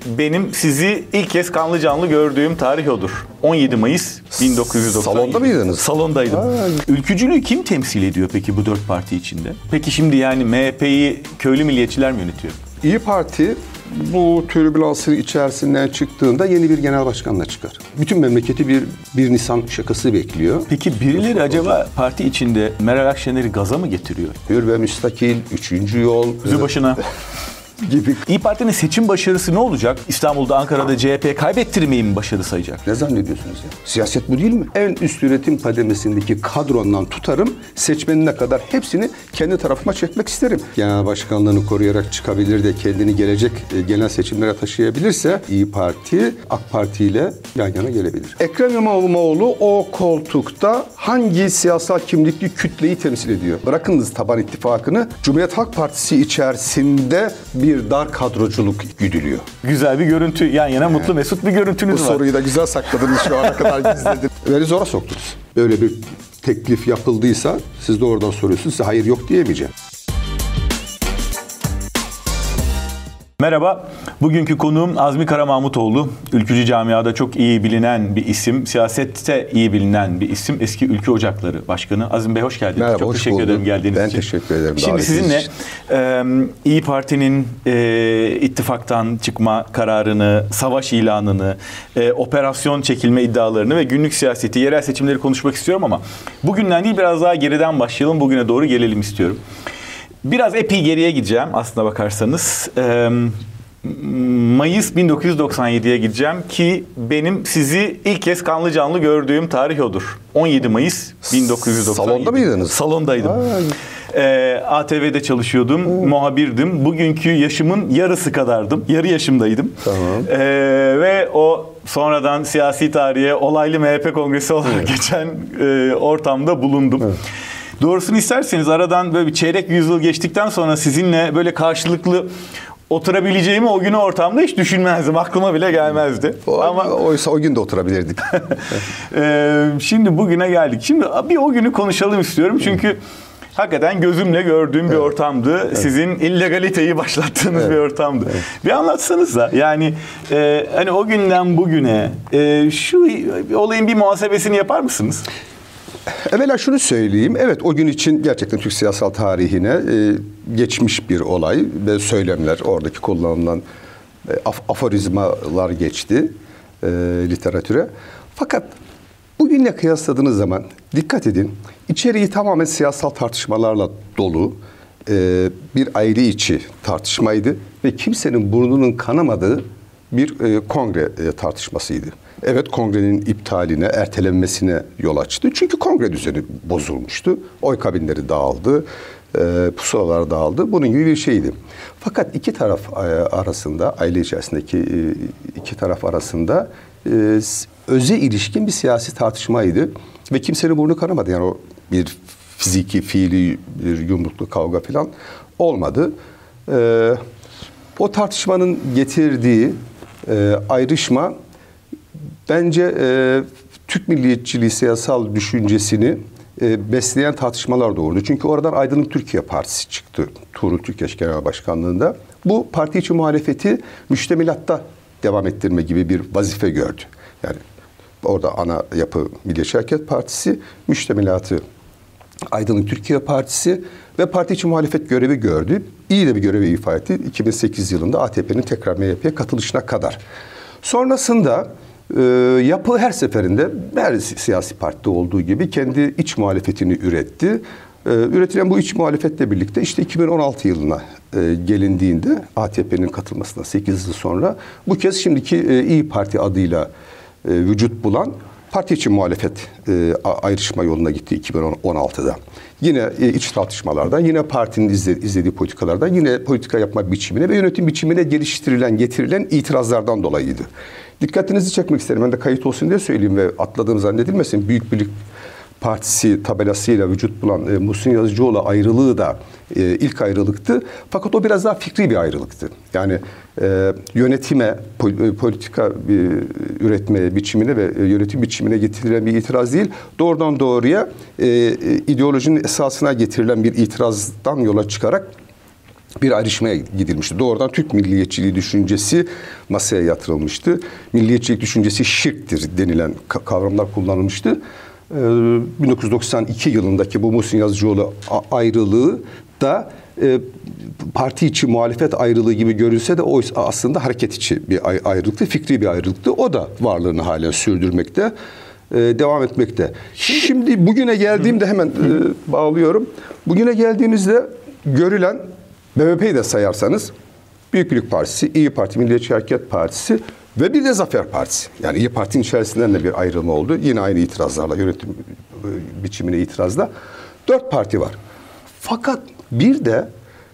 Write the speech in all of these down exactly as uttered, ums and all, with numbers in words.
benim sizi ilk kez kanlı canlı gördüğüm tarih odur. on yedi Mayıs bin dokuz yüz doksan yedi. Salonda mıydınız? Salondaydım. Ha. Ülkücülüğü kim temsil ediyor peki bu dört parti içinde? Peki şimdi yani M H P'yi köylü milliyetçiler mi yönetiyor? İyi Parti bu türbülansın içerisinden çıktığında yeni bir genel başkanla çıkar. Bütün memleketi bir bir Nisan şakası bekliyor. Peki birileri acaba parti içinde Meral Akşener'i gaza mı getiriyor? Hür ve müstakil, üçüncü yol. Yüzü başına. gibi. İyi Parti'nin seçim başarısı ne olacak? İstanbul'da, Ankara'da C H P kaybettirmeyi mi başarı sayacak? Ne zannediyorsunuz ya? Siyaset bu değil mi? En üst yönetim kademesindeki kadrondan tutarım, seçmenine kadar hepsini kendi tarafıma çekmek isterim. Genel başkanlığını koruyarak çıkabilir de kendini gelecek genel seçimlere taşıyabilirse İyi Parti, AK Parti ile yan yana gelebilir. Ekrem İmamoğlu o koltukta hangi siyasal kimlikli kütleyi temsil ediyor? Bırakınız taban ittifakını, Cumhuriyet Halk Partisi içerisinde bir dar kadroculuk güdülüyor. Güzel bir görüntü. Yan yana mutlu mesut bir görüntünüz Bu var. Bu soruyu da güzel sakladınız, şu ana kadar gizlediniz. Beni zora soktunuz. Böyle bir teklif yapıldıysa siz de oradan soruyorsunuz. Size hayır yok diyemeyeceğim. Merhaba, bugünkü konuğum Azmi Karamahmutoğlu. Ülkücü camiada çok iyi bilinen bir isim, siyasette iyi bilinen bir isim. Eski Ülkü Ocakları Başkanı. Azmi Bey hoş geldiniz. Merhaba, çok hoş teşekkür buldum. ederim geldiğiniz ben için. Ben teşekkür ederim. Şimdi sizinle e, İyi Parti'nin e, ittifaktan çıkma kararını, savaş ilanını, e, operasyon çekilme iddialarını ve günlük siyaseti, yerel seçimleri konuşmak istiyorum ama bugünden değil biraz daha geriden başlayalım, bugüne doğru gelelim istiyorum. Biraz epey geriye gideceğim aslına bakarsanız. Ee, Mayıs bin dokuz yüz doksan yediye gideceğim ki benim sizi ilk kez kanlı canlı gördüğüm tarih odur. on yedi Mayıs bin dokuz yüz doksan yedi. Salonda mıydınız? Salondaydım. Ee, A T V'de çalışıyordum, hmm. muhabirdim. Bugünkü yaşımın yarısı kadardım. Yarı yaşımdaydım. Tamam. Ee, ve o sonradan siyasi tarihe olaylı M H P kongresi olarak evet. geçen e, ortamda bulundum. Evet. Doğrusunu isterseniz aradan böyle bir çeyrek yüzyıl geçtikten sonra sizinle böyle karşılıklı oturabileceğimi o günü ortamda hiç düşünmezdim. Aklıma bile gelmezdi. O, Ama oysa o gün de oturabilirdik. ee, şimdi bugüne geldik. Şimdi bir o günü konuşalım istiyorum. Çünkü hmm. hakikaten gözümle gördüğüm evet. bir ortamdı. Evet. Sizin illegaliteyi başlattığınız evet. bir ortamdı. Evet. Bir anlatsanız da yani e, hani o günden bugüne e, şu olayın bir muhasebesini yapar mısınız? Evvela şunu söyleyeyim. Evet, o gün için gerçekten Türk siyasal tarihine e, geçmiş bir olay ve söylemler, oradaki kullanılan e, af, aforizmalar geçti e, literatüre. Fakat bugünle kıyasladığınız zaman dikkat edin, içeriği tamamen siyasal tartışmalarla dolu e, bir aile içi tartışmaydı ve kimsenin burnunun kanamadığı bir e, kongre e, tartışmasıydı. Evet, kongrenin iptaline, ertelenmesine yol açtı. Çünkü kongre düzeni bozulmuştu. Oy kabinleri dağıldı, e, pusulalar dağıldı. Bunun gibi bir şeydi. Fakat iki taraf e, arasında, aile içerisindeki e, iki taraf arasında e, öze ilişkin bir siyasi tartışmaydı. Ve kimsenin burnu kanamadı. Yani o bir fiziki, fiili bir yumruklu kavga falan olmadı. E, o tartışmanın getirdiği e, ayrışma bence e, Türk milliyetçiliği siyasal düşüncesini e, besleyen tartışmalar doğurdu. Çünkü oradan Aydınlık Türkiye Partisi çıktı. Tuğrul Türkeş Genel Başkanlığında. Bu parti içi muhalefeti müştemilatta devam ettirme gibi bir vazife gördü. Yani orada ana yapı Milliyetçi Hareket Partisi, müştemilatı Aydınlık Türkiye Partisi ve parti içi muhalefet görevi gördü. İyi de bir görevi ifade etti. iki bin sekiz yılında A T P'nin tekrar M H P'ye katılışına kadar. Sonrasında e, yapı her seferinde her siyasi partide olduğu gibi kendi iç muhalefetini üretti. E, üretilen bu iç muhalefetle birlikte işte iki bin on altı yılına e, gelindiğinde A T P'nin katılmasına sekiz yıl sonra bu kez şimdiki e, İyi Parti adıyla e, vücut bulan parti içi muhalefet e, ayrışma yoluna gitti iki bin on altıda. Yine e, iç tartışmalardan, yine partinin izle, izlediği politikalardan, yine politika yapma biçimine ve yönetim biçimine geliştirilen, getirilen itirazlardan dolayıydı. Dikkatinizi çekmek isterim. Ben de kayıt olsun diye söyleyeyim ve atladığım zannedilmesin. Büyük Birlik Partisi tabelasıyla vücut bulan e, Muhsin Yazıcıoğlu ayrılığı da e, ilk ayrılıktı. Fakat o biraz daha fikri bir ayrılıktı. Yani e, yönetime, politika e, üretme biçimine ve e, yönetim biçimine getirilen bir itiraz değil, doğrudan doğruya e, ideolojinin esasına getirilen bir itirazdan yola çıkarak bir ayrışmaya gidilmişti. Doğrudan Türk milliyetçiliği düşüncesi masaya yatırılmıştı. Milliyetçilik düşüncesi şirktir denilen kavramlar kullanılmıştı. bin dokuz yüz doksan iki yılındaki bu Muhsin Yazıcıoğlu ayrılığı da e, parti içi muhalefet ayrılığı gibi görülse de o aslında hareket içi bir ayrılıktı, fikri bir ayrılıktı. O da varlığını halen sürdürmekte, e, devam etmekte. Şimdi bugüne geldiğimde hemen e, bağlıyorum. Bugüne geldiğimizde görülen, B B P'yi de sayarsanız Büyük Birlik Partisi, İyi Parti, Milliyetçi Hareket Partisi ve bir de Zafer Partisi. Yani İyi Parti'nin içerisinden de bir ayrılma oldu. Yine aynı itirazlarla, yönetim biçimine itirazla. Dört parti var. Fakat bir de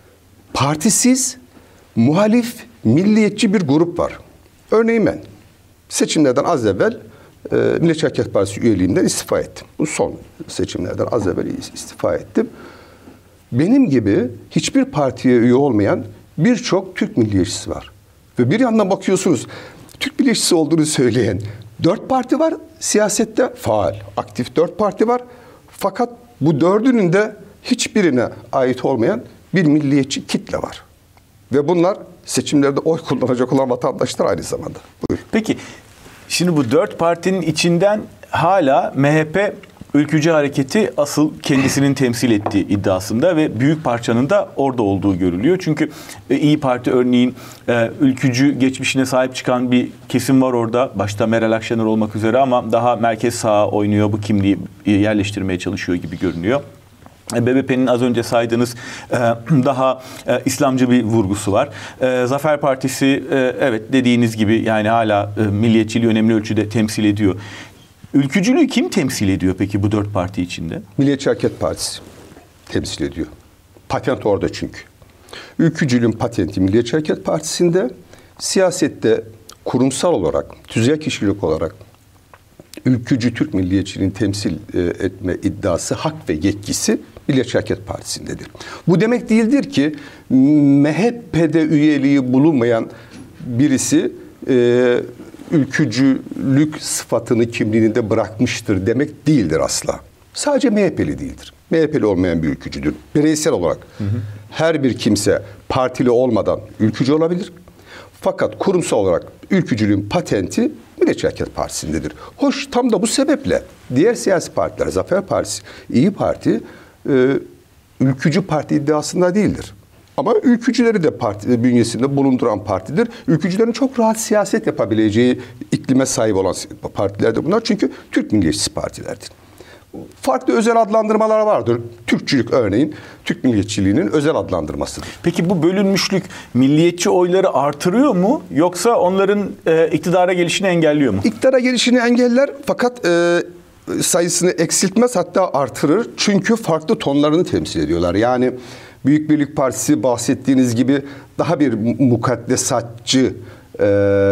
partisiz, muhalif, milliyetçi bir grup var. Örneğin ben seçimlerden az evvel e, Milliyetçi Hareket Partisi üyeliğimden istifa ettim. Bu son seçimlerden az evvel istifa ettim. Benim gibi hiçbir partiye üye olmayan birçok Türk milliyetçisi var. Ve bir yandan bakıyorsunuz, Türk milliyetçisi olduğunu söyleyen dört parti var. Siyasette faal, aktif dört parti var. Fakat bu dördünün de hiçbirine ait olmayan bir milliyetçi kitle var. Ve bunlar seçimlerde oy kullanacak olan vatandaşlar aynı zamanda. Buyurun. Peki, şimdi bu dört partinin içinden hala M H P ülkücü hareketi asıl kendisinin temsil ettiği iddiasında ve büyük parçanın da orada olduğu görülüyor. Çünkü İyi Parti örneğin ülkücü geçmişine sahip çıkan bir kesim var orada. Başta Meral Akşener olmak üzere ama daha merkez sağa oynuyor, bu kimliği yerleştirmeye çalışıyor gibi görünüyor. B B P'nin az önce saydığınız daha İslamcı bir vurgusu var. Zafer Partisi evet dediğiniz gibi yani hala milliyetçiliği önemli ölçüde temsil ediyor. Ülkücülüğü kim temsil ediyor peki bu dört parti içinde? Milliyetçi Hareket Partisi temsil ediyor. Patent orada çünkü. Ülkücülüğün patenti Milliyetçi Hareket Partisi'nde, siyasette kurumsal olarak, tüzel kişilik olarak ülkücü Türk milliyetçiliğini temsil etme iddiası, hak ve yetkisi Milliyetçi Hareket Partisi'ndedir. Bu demek değildir ki M H P'de üyeliği bulunmayan birisi e, ülkücülük sıfatını kimliğinde bırakmıştır demek değildir asla. Sadece M H P'li değildir. M H P'li olmayan bir ülkücüdür. Bireysel olarak hı hı. her bir kimse partili olmadan ülkücü olabilir. Fakat kurumsal olarak ülkücülüğün patenti Milliyetçi Hareket Partisi'ndedir. Hoş, tam da bu sebeple diğer siyasi partiler, Zafer Partisi, İyi Parti e, ülkücü parti iddiasında değildir. Ama ülkücüleri de parti bünyesinde bulunduran partidir. Ülkücülerin çok rahat siyaset yapabileceği iklime sahip olan partilerdir bunlar. Çünkü Türk milliyetçisi partilerdir. Farklı özel adlandırmalar vardır. Türkçülük örneğin Türk milliyetçiliğinin özel adlandırmasıdır. Peki bu bölünmüşlük milliyetçi oyları artırıyor mu yoksa onların e, iktidara gelişini engelliyor mu? İktidara gelişini engeller fakat e, sayısını eksiltmez, hatta artırır. Çünkü farklı tonlarını temsil ediyorlar. Yani Büyük Birlik Partisi bahsettiğiniz gibi daha bir mukaddesatçı e,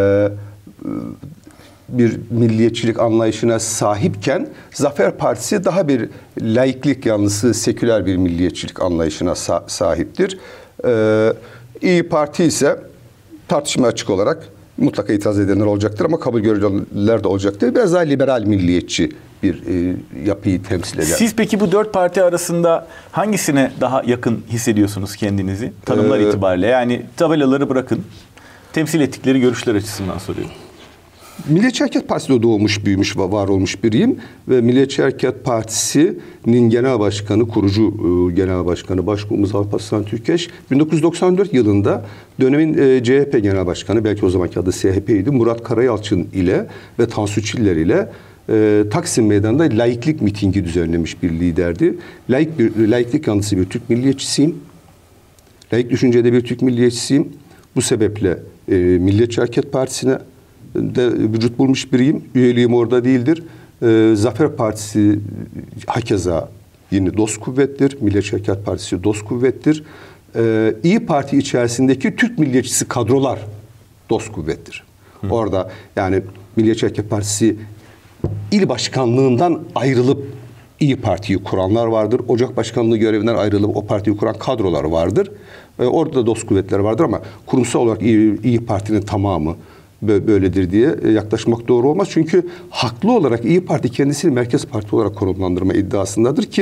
bir milliyetçilik anlayışına sahipken Zafer Partisi daha bir laiklik yanlısı seküler bir milliyetçilik anlayışına sa- sahiptir. Ee, İyi Parti ise tartışma açık olarak mutlaka itiraz edenler olacaktır ama kabul görülenler de olacaktır. Biraz daha liberal milliyetçi bir e, yapıyı temsil eder. Siz peki bu dört parti arasında hangisine daha yakın hissediyorsunuz kendinizi tanımlar ee, itibariyle? Yani tabelaları bırakın, temsil ettikleri görüşler açısından soruyorum. Milliyetçi Hareket Partisi'de doğmuş, büyümüş ve var olmuş biriyim. Ve Milliyetçi Hareket Partisi'nin genel başkanı, kurucu e, genel başkanı Başbuğumuz Alparslan Türkeş, bin dokuz yüz doksan dört yılında dönemin e, C H P genel başkanı, belki o zamanki adı S H P'ydi, Murat Karayalçın ile ve Tansu Çiller ile e, Taksim Meydanı'nda laiklik mitingi düzenlemiş bir liderdi. Laik bir, laiklik yanlısı bir Türk milliyetçisiyim. Laik düşüncede bir Türk milliyetçisiyim. Bu sebeple e, Milliyetçi Hareket Partisi'ne de vücut bulmuş biriyim. Üyeliğim orada değildir. Ee, Zafer Partisi hakeza yine dost kuvvettir. Milliyetçi Hareket Partisi dost kuvvettir. Ee, İyi Parti içerisindeki Türk milliyetçisi kadrolar dost kuvvettir. Hı. Orada yani Milliyetçi Hareket Partisi il başkanlığından ayrılıp İyi Parti'yi kuranlar vardır. Ocak başkanlığı görevinden ayrılıp o partiyi kuran kadrolar vardır. Ee, orada da dost kuvvetler vardır ama kurumsal olarak İyi, İyi Parti'nin tamamı böyledir diye yaklaşmak doğru olmaz. Çünkü haklı olarak İyi Parti kendisini merkez parti olarak konumlandırma iddiasındadır ki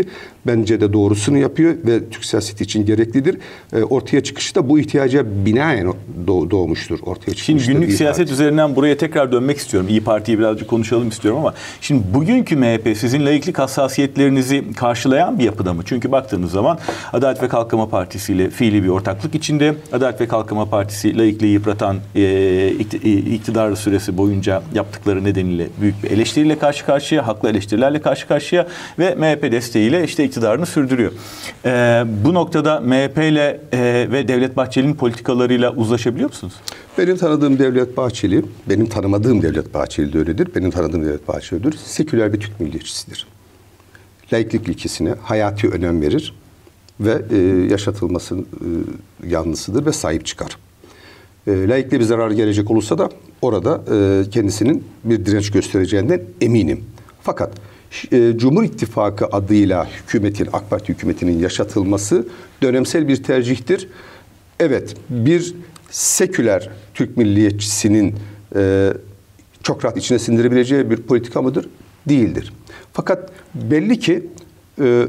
Bence de doğrusunu yapıyor ve Türk siyaseti için gereklidir. E, ortaya çıkışı da bu ihtiyaca binaen doğ, doğmuştur. Ortaya şimdi günlük siyaset Parti üzerinden buraya tekrar dönmek istiyorum. İyi Parti'yi birazcık konuşalım istiyorum ama şimdi bugünkü M H P sizin laiklik hassasiyetlerinizi karşılayan bir yapıda mı? Çünkü baktığınız zaman Adalet ve Kalkınma Partisi ile fiili bir ortaklık içinde. Adalet ve Kalkınma Partisi laikliği yıpratan e, iktidar süresi boyunca yaptıkları nedeniyle büyük bir eleştiriyle karşı karşıya, haklı eleştirilerle karşı karşıya ve M H P desteğiyle işte iktidarını sürdürüyor. E, bu noktada M H P ile e, ve Devlet Bahçeli'nin politikalarıyla uzlaşabiliyor musunuz? Benim tanıdığım Devlet Bahçeli, benim tanımadığım Devlet Bahçeli de öyledir. Benim tanıdığım Devlet Bahçeli öyledir. Seküler bir Türk milliyetçisidir. Laiklik ilkesine hayati önem verir ve e, yaşatılması e, yanlısıdır ve sahip çıkar. E, laikliğe bir zarar gelecek olursa da orada e, kendisinin bir direnç göstereceğinden eminim. Fakat e, Cumhur İttifakı adıyla hükümetin, AK Parti hükümetinin yaşatılması dönemsel bir tercihtir. Evet, bir seküler Türk milliyetçisinin e, çok rahat içine sindirebileceği bir politika mıdır? Değildir. Fakat belli ki e,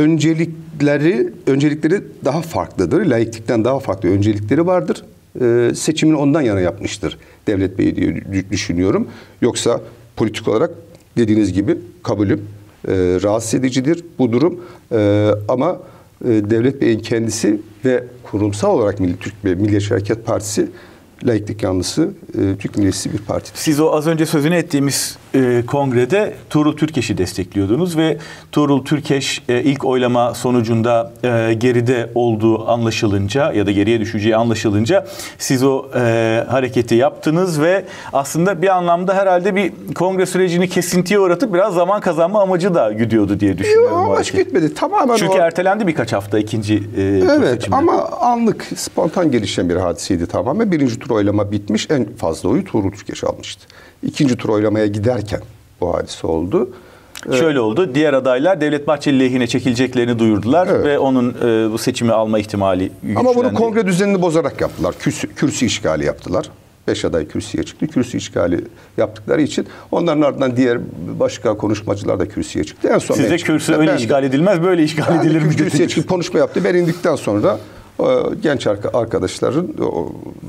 öncelikleri öncelikleri daha farklıdır. Laiklikten daha farklı öncelikleri vardır. E, seçimini ondan yana yapmıştır Devlet Bey diye düşünüyorum. Yoksa politik olarak dediğiniz gibi kabulüm e, rahatsız edicidir bu durum. E, ama e, Devlet Bey'in kendisi ve kurumsal olarak Milli Türk Milliyetçi Hareket Partisi laiklik yanlısı e, Türk milliyetçisi bir partidir. Siz o az önce sözünü ettiğimiz e, kongrede Tuğrul Türkeş'i destekliyordunuz ve Tuğrul Türkeş e, ilk oylama sonucunda e, geride olduğu anlaşılınca ya da geriye düşeceği anlaşılınca siz o e, hareketi yaptınız ve aslında bir anlamda herhalde bir kongre sürecini kesintiye uğratıp biraz zaman kazanma amacı da güdüyordu diye düşünüyorum. Yok, amaç gitmedi. Tamamen Çünkü o... ertelendi birkaç hafta ikinci e, evet, seçimde. Ama anlık, spontan gelişen bir hadiseydi tamamen. Birinci tur oylama bitmiş. En fazla oyu Tuğrul Türkeş almıştı. İkinci tur oylamaya giderken bu hadise oldu. Şöyle oldu. Diğer adaylar Devlet Bahçeli lehine çekileceklerini duyurdular evet. ve onun e, bu seçimi alma ihtimali güçlendi. Ama bunu kongre düzenini bozarak yaptılar. Kürsü, kürsü işgali yaptılar. Beş aday kürsüye çıktı. Kürsü işgali yaptıkları için onların ardından diğer başka konuşmacılar da kürsüye çıktı. En son size kürsü öyle ben işgal edilmez, böyle işgal yani edilir mi? Kürsüye çıkıp konuşma yaptı. Ben indikten sonra o, genç arkadaşların o,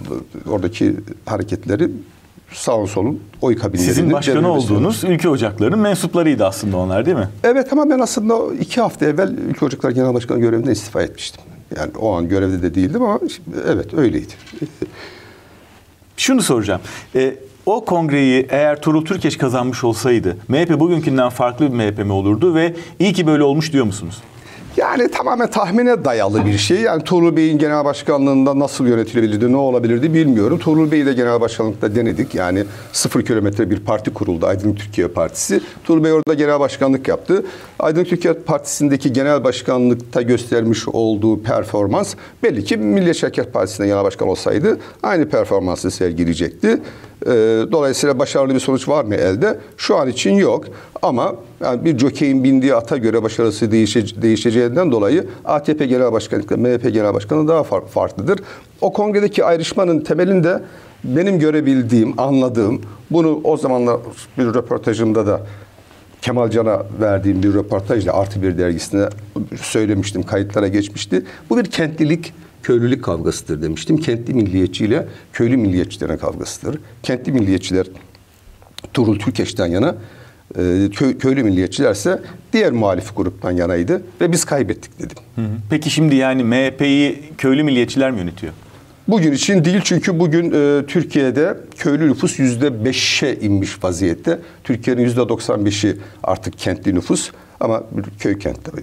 oradaki hareketleri sağın solun oy kabinlerinin... Sizin başkanı olduğunuz Ülke Ocakları'nın mensuplarıydı aslında onlar, değil mi? Evet, ama ben aslında iki hafta evvel Ülke Ocakları Genel Başkanı görevinden istifa etmiştim. Yani o an görevde de değildim ama evet öyleydi. Şunu soracağım. Ee, o kongreyi eğer Tuğrul Türkeş kazanmış olsaydı M H P bugünkünden farklı bir M H P mi olurdu ve iyi ki böyle olmuş diyor musunuz? Yani tamamen tahmine dayalı bir şey. Yani Tuğrul Bey'in genel başkanlığında nasıl yönetilebilirdi, ne olabilirdi bilmiyorum. Tuğrul Bey'i de genel başkanlıkta denedik. Yani sıfır kilometre bir parti kuruldu, Aydınlık Türkiye Partisi. Tuğrul Bey orada genel başkanlık yaptı. Aydınlık Türkiye Partisi'ndeki genel başkanlıkta göstermiş olduğu performans belli ki Milliyetçi Hareket Partisi'nde genel başkan olsaydı aynı performansı sergileyecekti. Dolayısıyla başarılı bir sonuç var mı elde? Şu an için yok. Ama yani bir jokeyin bindiği ata göre başarısı değişe, değişeceğinden dolayı A K P Genel Başkanlıkla M H P Genel Başkanı daha far, farklıdır. O kongredeki ayrışmanın temelinde benim görebildiğim, anladığım, bunu o zamanlar bir röportajımda da Kemal Can'a verdiğim bir röportajla Artı Bir dergisine söylemiştim, kayıtlara geçmişti. Bu bir kentlilik, köylülük kavgasıdır demiştim. Kentli milliyetçi ile köylü milliyetçilerin kavgasıdır. Kentli milliyetçiler Tuğrul Türkeş'ten yana, Köy, köylü milliyetçilerse diğer muhalif gruptan yanaydı ve biz kaybettik dedim. Hı hı. Peki şimdi yani M H P'yi köylü milliyetçiler mi yönetiyor? Bugün için değil, çünkü bugün e, Türkiye'de köylü nüfus yüzde beşe inmiş vaziyette. Türkiye'nin yüzde doksan beşi artık kentli nüfus ama köy kentleri.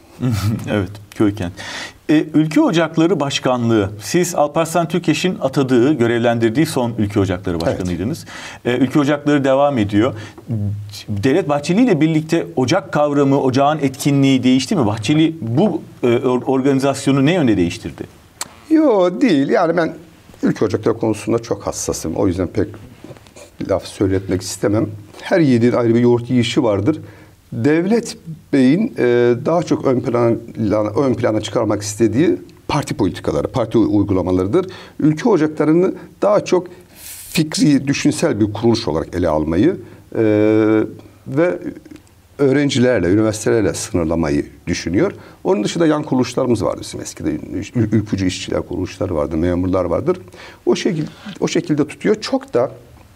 Evet, köy kent. Ee, Ülke Ocakları Başkanlığı, siz Alparslan Türkeş'in atadığı, görevlendirdiği son Ülke Ocakları Başkanıydınız. Evet. Ee, Ülke Ocakları devam ediyor. Devlet Bahçeli ile birlikte ocak kavramı, ocağın etkinliği değişti mi? Bahçeli bu e, organizasyonu ne yönde değiştirdi? Yok, değil. Yani ben Ülke Ocakları konusunda çok hassasım. O yüzden pek laf söyletmek istemem. Her yiğidin ayrı bir yoğurt yiyişi vardır. Devlet Bey'in e, daha çok ön plana, ön plana çıkarmak istediği parti politikaları, parti uygulamalarıdır. Ülke Ocakları'nı daha çok fikri, düşünsel bir kuruluş olarak ele almayı e, ve öğrencilerle, üniversitelerle sınırlamayı düşünüyor. Onun dışında yan kuruluşlarımız vardı bizim eskide. Ül- Ülkücü işçiler kuruluşları vardı, memurlar vardır. O şekilde, o şekilde tutuyor. Çok da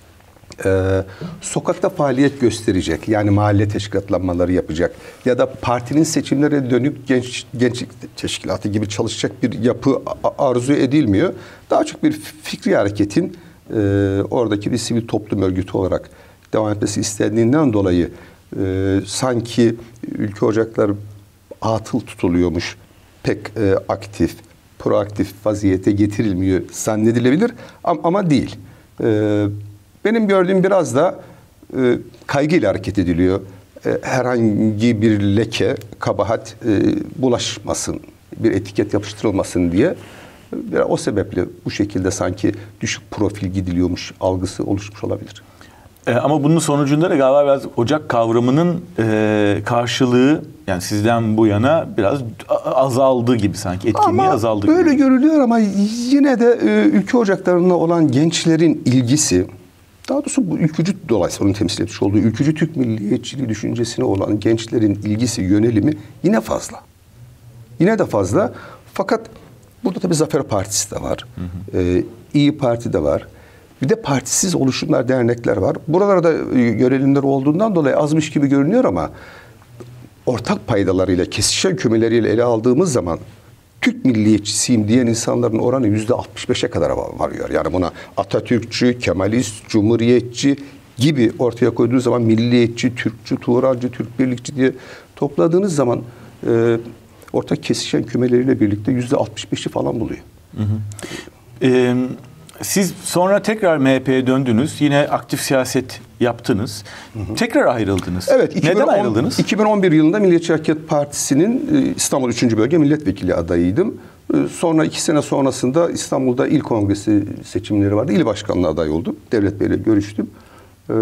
e, sokakta faaliyet gösterecek, yani mahalle teşkilatlanmaları yapacak ya da partinin seçimlere dönük genç gençlik teşkilatı gibi çalışacak bir yapı a- arzu edilmiyor. Daha çok bir fikri hareketin e, oradaki bir sivil toplum örgütü olarak devam etmesi istendiğinden dolayı e, sanki ülke ocakları atıl tutuluyormuş, pek e, aktif, proaktif vaziyete getirilmiyor zannedilebilir ama, ama değil. E, benim gördüğüm biraz da e, kaygıyla hareket ediliyor. E, herhangi bir leke, kabahat e, bulaşmasın, bir etiket yapıştırılmasın diye. Biraz o sebeple bu şekilde sanki düşük profil gidiliyormuş algısı oluşmuş olabilir. E, ama bunun sonucunda da galiba biraz ocak kavramının e, karşılığı, yani sizden bu yana biraz azaldı gibi sanki. Etkinliği ama azaldı böyle gibi. görülüyor ama yine de e, ülke ocaklarına olan gençlerin ilgisi, daha doğrusu bu ülkücü dolayısıyla onun temsil etmiş olduğu ülkücü Türk milliyetçiliği düşüncesine olan gençlerin ilgisi, yönelimi yine fazla. Yine de fazla. Fakat burada tabii Zafer Partisi de var. Hı hı. E, İyi Parti de var. Bir de partisiz oluşumlar, dernekler var. Buralarda yönelimler olduğundan dolayı azmış gibi görünüyor ama ortak paydalarıyla, kesişen kümeleriyle ele aldığımız zaman Türk milliyetçisiyim diyen insanların oranı yüzde altmış beşe kadar varıyor. Yani buna Atatürkçü, Kemalist, Cumhuriyetçi gibi ortaya koyduğunuz zaman milliyetçi, Türkçü, Turancı, Türk birlikçi diye topladığınız zaman e, ortak kesişen kümeleriyle birlikte yüzde altmış beşi falan buluyor. Hı hı. Ee, siz sonra tekrar M H P'ye döndünüz. Yine aktif siyaset yaptınız. Hı hı. Tekrar ayrıldınız. Evet. iki bin on, neden ayrıldınız? iki bin on bir yılında Milliyetçi Hareket Partisi'nin İstanbul üçüncü Bölge Milletvekili adayıydım. Sonra iki sene sonrasında İstanbul'da İl Kongresi seçimleri vardı. İl Başkanlığı aday oldum. Devlet Bey'le görüştüm. Ee,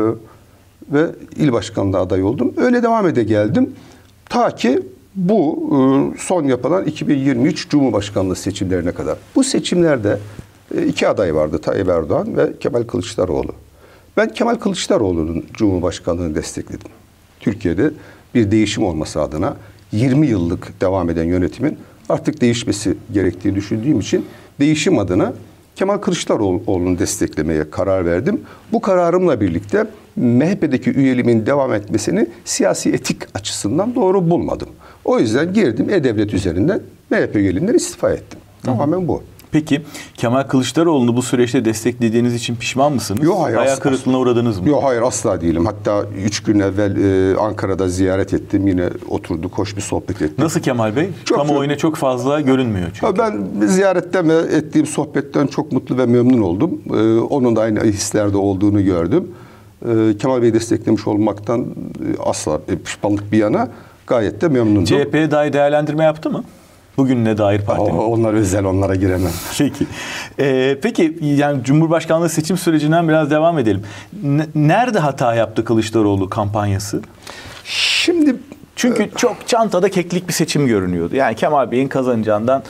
ve İl Başkanlığı aday oldum. Öyle devam ede geldim. Ta ki bu son yapılan iki bin yirmi üç Cumhurbaşkanlığı seçimlerine kadar. Bu seçimlerde iki aday vardı. Tayyip Erdoğan ve Kemal Kılıçdaroğlu. Ben Kemal Kılıçdaroğlu'nun Cumhurbaşkanlığını destekledim. Türkiye'de bir değişim olması adına yirmi yıllık devam eden yönetimin artık değişmesi gerektiğini düşündüğüm için değişim adına Kemal Kılıçdaroğlu'nu desteklemeye karar verdim. Bu kararımla birlikte M H P'deki üyeliğimin devam etmesini siyasi etik açısından doğru bulmadım. O yüzden girdim E-Devlet üzerinden M H P üyeliğinden istifa ettim. Tamamen bu. Peki Kemal Kılıçdaroğlu'nu bu süreçte desteklediğiniz için pişman mısınız? Yok, hayır. Hayal kırıklığına uğradınız mı? Yok hayır, asla değilim. Hatta üç gün evvel e, Ankara'da ziyaret ettim. Yine oturduk, hoş bir sohbet ettik. Nasıl Kemal Bey? Çok Kamuoyuna çok fazla görünmüyor çünkü. Ben ziyaretten ve ettiğim sohbetten çok mutlu ve memnun oldum. Ee, onun da aynı hislerde olduğunu gördüm. Ee, Kemal Bey'i desteklemiş olmaktan e, asla e, pişmanlık bir yana gayet de memnundum. C H P'ye dair değerlendirme yaptı mı? Bugününe dair partinin. Onlar özel, onlara giremem. Peki. Ee, peki yani Cumhurbaşkanlığı seçim sürecinden biraz devam edelim. N- nerede hata yaptı Kılıçdaroğlu kampanyası? Şimdi çünkü çok çantada keklik bir seçim görünüyordu. Yani Kemal Bey'in kazanacağından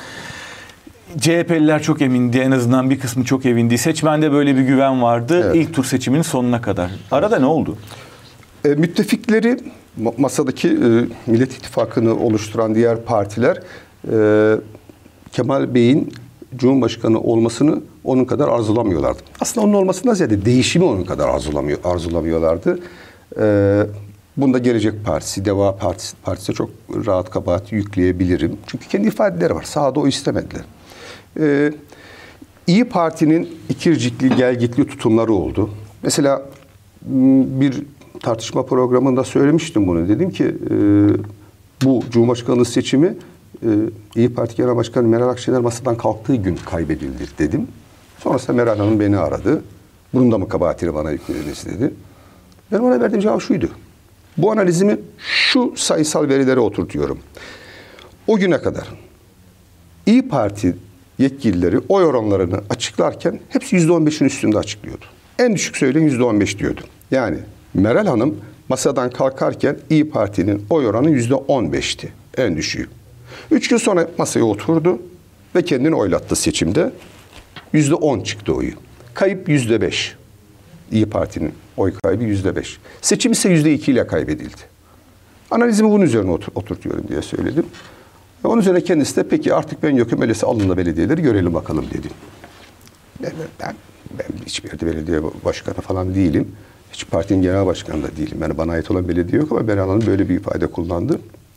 C H P'liler çok emindi. En azından bir kısmı çok emindi. Seçmende böyle bir güven vardı. Evet. İlk tur seçiminin sonuna kadar. Arada ne oldu? E, müttefikleri, masadaki e, Millet İttifakı'nı oluşturan diğer partiler e, Kemal Bey'in Cumhurbaşkanı olmasını onun kadar arzulamıyorlardı. Aslında onun olmasından ziyade değişimi onun kadar arzulamıyor, arzulamıyorlardı. E, bunda Gelecek Partisi, Deva Partisi, Partisi'ne çok rahat kabahat yükleyebilirim. Çünkü kendi ifadeleri var. Sahada o istemediler. E, İyi Parti'nin ikircikli, gelgitli tutumları oldu. Mesela bir tartışma programında söylemiştim bunu. Dedim ki e, bu Cumhurbaşkanlığı seçimi e, İyi Parti Genel Başkanı Meral Akşener masadan kalktığı gün kaybedildi dedim. Sonrasında Meral Hanım beni aradı. Bunun da mı kabahatini bana yüklediniz dedi. Ben ona verdiğim cevap şuydu. Bu analizimi şu sayısal verilere oturtuyorum. O güne kadar İyi Parti yetkilileri oy oranlarını açıklarken hepsi yüzde on beşin üstünde açıklıyordu. En düşük söyleyen yüzde on beş diyordu. Yani Meral Hanım masadan kalkarken İyi Parti'nin oy oranı yüzde on beşti. En düşüğü. Üç gün sonra masaya oturdu ve kendini oylattı seçimde. Yüzde on çıktı oyu. Kayıp yüzde beş. İyi Parti'nin oy kaybı yüzde beş. Seçim ise yüzde iki ile kaybedildi. Analizimi bunun üzerine otur, oturtuyorum diye söyledim. Ve onun üzerine kendisi de peki artık ben yokum, öyleyse alın da belediyeleri görelim bakalım dedi. Ben, ben, ben hiçbir yerde belediye başkanı falan değilim. Hiç partinin genel başkanı da değilim. Yani bana ait olan belediye yok ama Meral Hanım böyle bir ifade kullandı.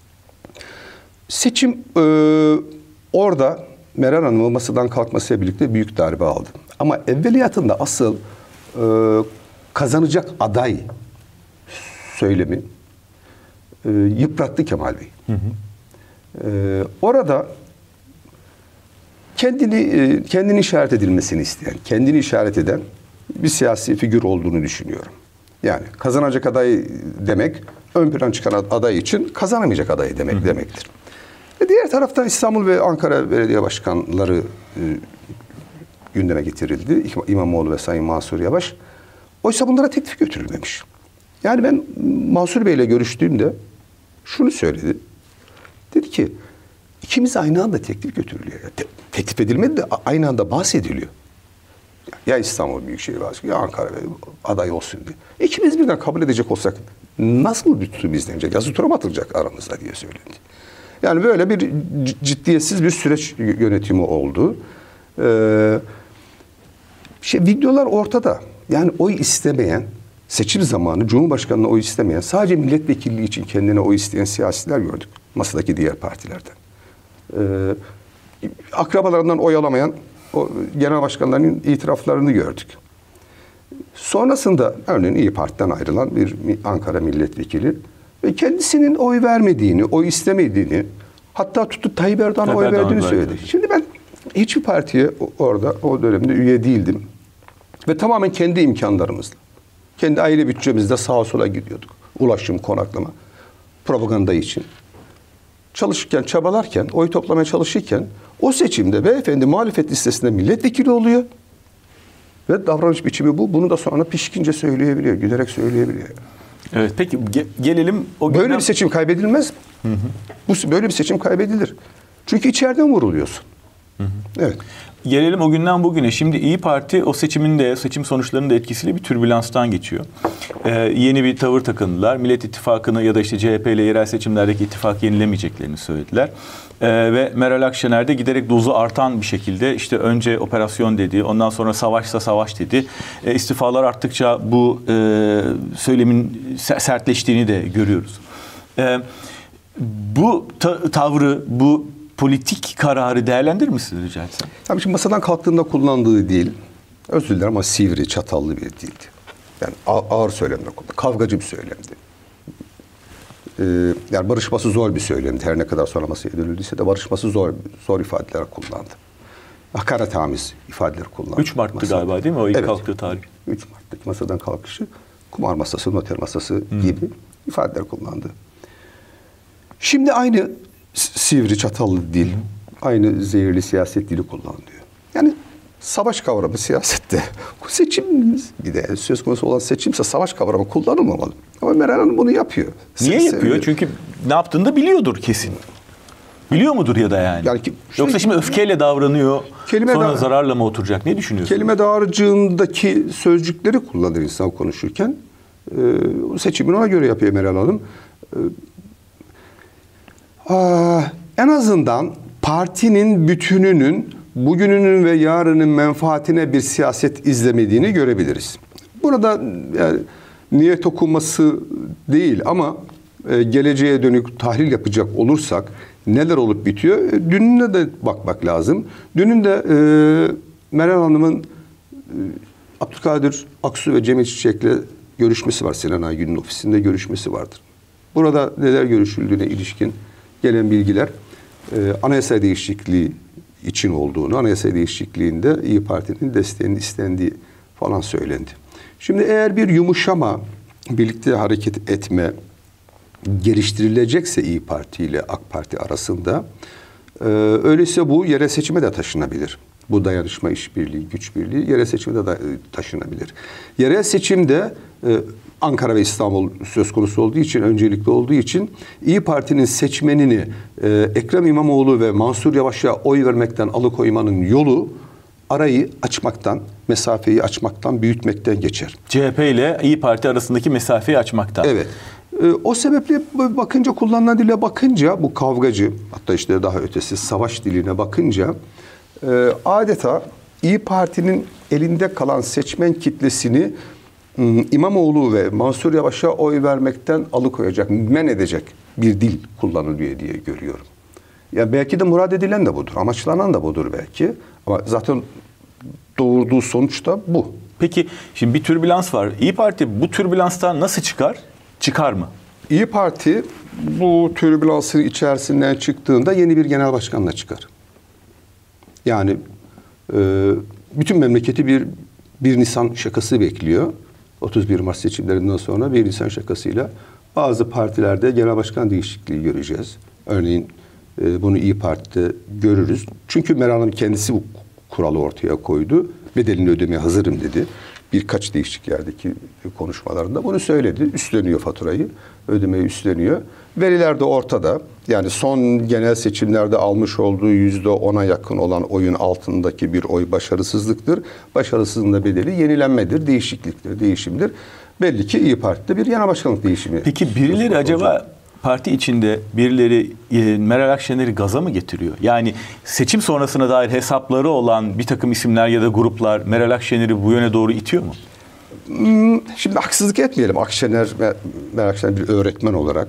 Seçim e, orada Meral Hanım'ın masadan kalkmasıyla birlikte büyük darbe aldı. Ama evveliyatında asıl e, kazanacak aday söylemi e, yıprattı Kemal Bey. Hı hı. E, orada kendini e, kendini işaret edilmesini isteyen, kendini işaret eden bir siyasi figür olduğunu düşünüyorum. Yani kazanacak aday demek, ön plan çıkan aday için kazanamayacak aday demek hı hı. demektir. Ve diğer taraftan İstanbul ve Ankara belediye başkanları e, gündeme getirildi. İmamoğlu ve Sayın Mansur Yavaş. Oysa bunlara teklif götürülmemiş. Yani ben Mansur Bey ile görüştüğümde şunu söyledi. Dedi ki ikimiz aynı anda teklif götürülüyor. Te- teklif edilmedi de aynı anda bahsediliyor. Ya İstanbul Büyükşehir Valisi ya Ankara aday olsun diye. İkimiz birden kabul edecek olsak nasıl bir tutum izlenecek? Yazı tura mı atılacak aramızda diye söyledi. Yani böyle bir ciddiyetsiz bir süreç yönetimi oldu. Ee, şey, videolar ortada. Yani oy istemeyen, seçim zamanı Cumhurbaşkanı'na oy istemeyen, sadece milletvekilliği için kendine oy isteyen siyasiler gördük. Masadaki diğer partilerden. Ee, akrabalarından oy alamayan o genel başkanların itiraflarını gördük. Sonrasında örneğin İYİ Parti'den ayrılan bir Ankara milletvekili ve kendisinin oy vermediğini, oy istemediğini, hatta tutup Tayyip Erdoğan'a oy verdiğini söyledi. Şimdi ben hiçbir partiye orada o dönemde üye değildim. Ve tamamen kendi imkanlarımızla, kendi aile bütçemizde sağa sola gidiyorduk. Ulaşım, konaklama, propaganda için. Çalışırken, çabalarken, oy toplamaya çalışırken o seçimde beyefendi muhalefet listesinde milletvekili oluyor. Ve davranış biçimi bu. Bunu da sonra pişkince söyleyebiliyor, gülerek söyleyebiliyor. Evet, peki ge- gelelim o Böyle günden... bir seçim kaybedilmez mi? Hı hı. Bu böyle bir seçim kaybedilir. Çünkü içeriden vuruluyorsun. Hı hı. Evet. Gelelim o günden bugüne. Şimdi İYİ Parti o seçimin de seçim sonuçlarının da etkisiyle bir türbülanstan geçiyor. Ee, yeni bir tavır takındılar. Millet İttifakı'nı ya da işte C H P ile yerel seçimlerdeki ittifak yenilemeyeceklerini söylediler. Ee, ve Meral Akşener de giderek dozu artan bir şekilde işte önce operasyon dedi, ondan sonra savaşsa savaş dedi. Ee, istifalar arttıkça bu e, söylemin sertleştiğini de görüyoruz. Ee, bu ta- tavrı, bu politik kararı değerlendirir misiniz rica etsem? Tabii şimdi masadan kalktığında kullandığı dil, özür dilerim ama sivri, çatallı bir dildi. Yani ağır söylemler kullandı. Kavgacı bir söylemdi. Ee, yani barışması zor bir söylemdi. Her ne kadar sonra masaya dönüldüyse de barışması zor zor ifadeler kullandı. Hakaretamiz ifadeler kullandı. üç Mart'tı masada. Galiba değil mi o ilk evet. kalktığı tarih? üç Mart'taki masadan kalkışı kumar masası, noter masası hmm. gibi ifadeler kullandı. Şimdi aynı sivri, çatallı dil, hmm. aynı zehirli siyaset dili kullanılıyor. Yani savaş kavramı siyasette. Bu seçim bir de söz konusu olan seçimse savaş kavramı kullanılmamalı. Ama Meral Hanım bunu yapıyor. Niye Ses yapıyor? Seviyor. Çünkü ne yaptığını da biliyordur kesin. Biliyor mudur ya da yani? yani ki, Yoksa şimdi öfkeyle davranıyor, kelime sonra da, zararla mı oturacak? Ne düşünüyorsun? Kelime dağarcığındaki sözcükleri kullanır insan konuşurken. Ee, seçimini ona göre yapıyor Meral Hanım. Ee, aa, en azından partinin bütününün bugününün ve yarının menfaatine bir siyaset izlemediğini görebiliriz. Burada yani, niyet okuması değil ama e, geleceğe dönük tahlil yapacak olursak neler olup bitiyor? E, dününe de bakmak lazım. Dünün de e, Meral Hanım'ın e, Abdülkadir Aksu ve Cemil Çiçek'le görüşmesi var. Sinan Aygün'ün ofisinde görüşmesi vardır. Burada neler görüşüldüğüne ilişkin gelen bilgiler e, anayasa değişikliği için olduğunu, anayasa değişikliğinde İYİ Parti'nin desteğinin istendiği falan söylendi. Şimdi eğer bir yumuşama, birlikte hareket etme geliştirilecekse İYİ Parti ile AK Parti arasında, e, öyleyse bu yerel seçime de taşınabilir. Bu dayanışma, işbirliği, güç birliği yerel seçime de taşınabilir. Yerel seçimde e, Ankara ve İstanbul söz konusu olduğu için, öncelikli olduğu için İYİ Parti'nin seçmenini e, Ekrem İmamoğlu ve Mansur Yavaş'a oy vermekten alıkoymanın yolu arayı açmaktan, mesafeyi açmaktan, büyütmekten geçer. C H P ile İYİ Parti arasındaki mesafeyi açmaktan. Evet. E, o sebeple bakınca, kullanılan dile bakınca, bu kavgacı, hatta işte daha ötesi savaş diline bakınca e, adeta İYİ Parti'nin elinde kalan seçmen kitlesini İmamoğlu ve Mansur Yavaş'a oy vermekten alıkoyacak, men edecek bir dil kullanılıyor diye görüyorum. Yani belki de murad edilen de budur, amaçlanan da budur belki. Ama zaten doğurduğu sonuç da bu. Peki şimdi bir türbülans var. İYİ Parti bu türbülanstan nasıl çıkar? Çıkar mı? İYİ Parti bu türbülansın içerisinden çıktığında yeni bir genel başkanla çıkar. Yani e, bütün memleketi bir bir Nisan şakası bekliyor. otuz bir Mart seçimlerinden sonra bir Nisan şakasıyla bazı partilerde genel başkan değişikliği göreceğiz. Örneğin e, bunu İYİ Parti'de görürüz. Çünkü Meral Hanım kendisi bu kuralı ortaya koydu. Bedelini ödemeye hazırım dedi. Birkaç değişik yerdeki konuşmalarında bunu söyledi. Üstleniyor faturayı, ödemeyi üstleniyor. Veriler de ortada. Yani son genel seçimlerde almış olduğu yüzde ona yakın olan oyun altındaki bir oy başarısızlıktır. Başarısızlığın da bedeli yenilenmedir, değişikliktir, değişimdir. Belli ki İYİ Parti'de bir genel başkanlık değişimi. Peki birileri acaba olacak. Parti içinde birileri e, Meral Akşener'i gaza mı getiriyor? Yani seçim sonrasına dair hesapları olan bir takım isimler ya da gruplar Meral Akşener'i bu yöne doğru itiyor mu? Hmm, şimdi haksızlık etmeyelim. Akşener, Meral Akşener bir öğretmen olarak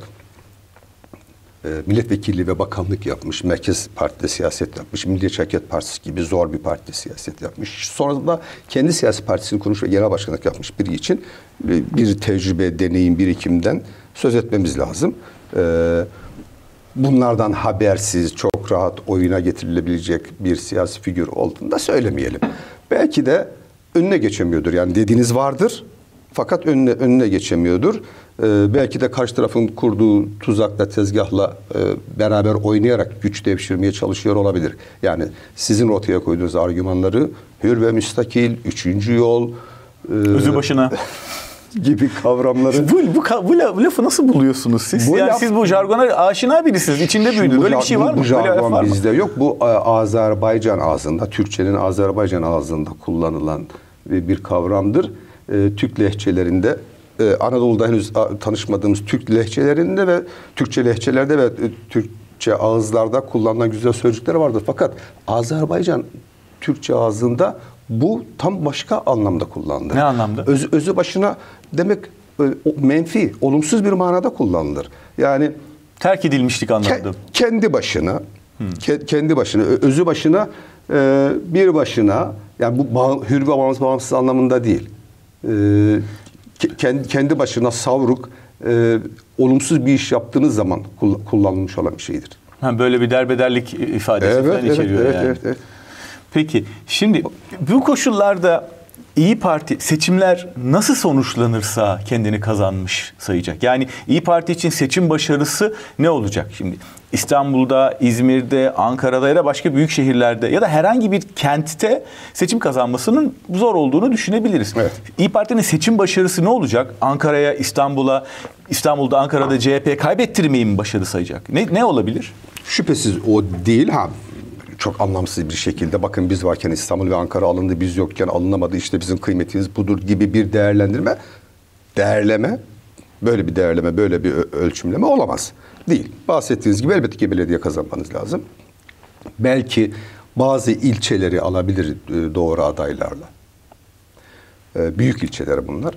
e, milletvekilliği ve bakanlık yapmış. Merkez Parti'de siyaset yapmış. Milliyetçi Hareket Partisi gibi zor bir partide siyaset yapmış. Sonra da kendi siyasi partisini kurmuş ve genel başkanlık yapmış biri için e, bir tecrübe, deneyim, birikimden söz etmemiz lazım. Ee, bunlardan habersiz, çok rahat oyuna getirilebilecek bir siyasi figür olduğunu da söylemeyelim. Belki de önüne geçemiyordur. Yani dediğiniz vardır fakat önüne, önüne geçemiyordur. Ee, belki de karşı tarafın kurduğu tuzakla, tezgahla e, beraber oynayarak güç devşirmeye çalışıyor olabilir. Yani sizin ortaya koyduğunuz argümanları hür ve müstakil, üçüncü yol, e, özü başına gibi kavramları. Bu, bu, bu, bu lafı nasıl buluyorsunuz siz? Bu yani laf, siz bu jargona aşina birisiniz. İçinde büyüdünüz. Böyle bir şey var mı? Bu jargon var bizde yok. Bu Azerbaycan ağzında, Türkçenin Azerbaycan ağzında kullanılan bir kavramdır. Türk lehçelerinde, Anadolu'da henüz tanışmadığımız Türk lehçelerinde ve Türkçe lehçelerde ve Türkçe ağızlarda kullanılan güzel sözcükler vardır. Fakat Azerbaycan Türkçe ağzında bu tam başka anlamda kullanılır. Ne anlamda? Öz, özü başına demek menfi, olumsuz bir manada kullanılır. Yani terk edilmişlik anlamında. Ke, kendi başına, hmm. ke, kendi başına, özü başına, e, bir başına, yani bu bağ, hür ve bağımsız, bağımsız anlamında değil. E, kendi, kendi başına savruk, e, olumsuz bir iş yaptığınız zaman kullanılmış olan bir şeydir. Ha, böyle bir derbederlik ifadesi evet, falan evet, içeriyor evet, yani. Evet, evet. Peki şimdi bu koşullarda İYİ Parti seçimler nasıl sonuçlanırsa kendini kazanmış sayacak. Yani İYİ Parti için seçim başarısı ne olacak şimdi? İstanbul'da, İzmir'de, Ankara'da ya da başka büyük şehirlerde ya da herhangi bir kentte seçim kazanmasının zor olduğunu düşünebiliriz. Evet. İYİ Parti'nin seçim başarısı ne olacak? Ankara'ya, İstanbul'a, İstanbul'da, Ankara'da C H P kaybettirmeyi mi başarı sayacak? Ne, ne olabilir? Şüphesiz o değil ha. Çok anlamsız bir şekilde bakın biz varken İstanbul ve Ankara alındı, biz yokken alınamadı, işte bizim kıymetimiz budur gibi bir değerlendirme, değerleme, böyle bir değerleme, böyle bir ölçümleme olamaz. Değil. Bahsettiğiniz gibi elbette ki belediye kazanmanız lazım. Belki bazı ilçeleri alabilir doğru adaylarla. Büyük ilçeler bunlar.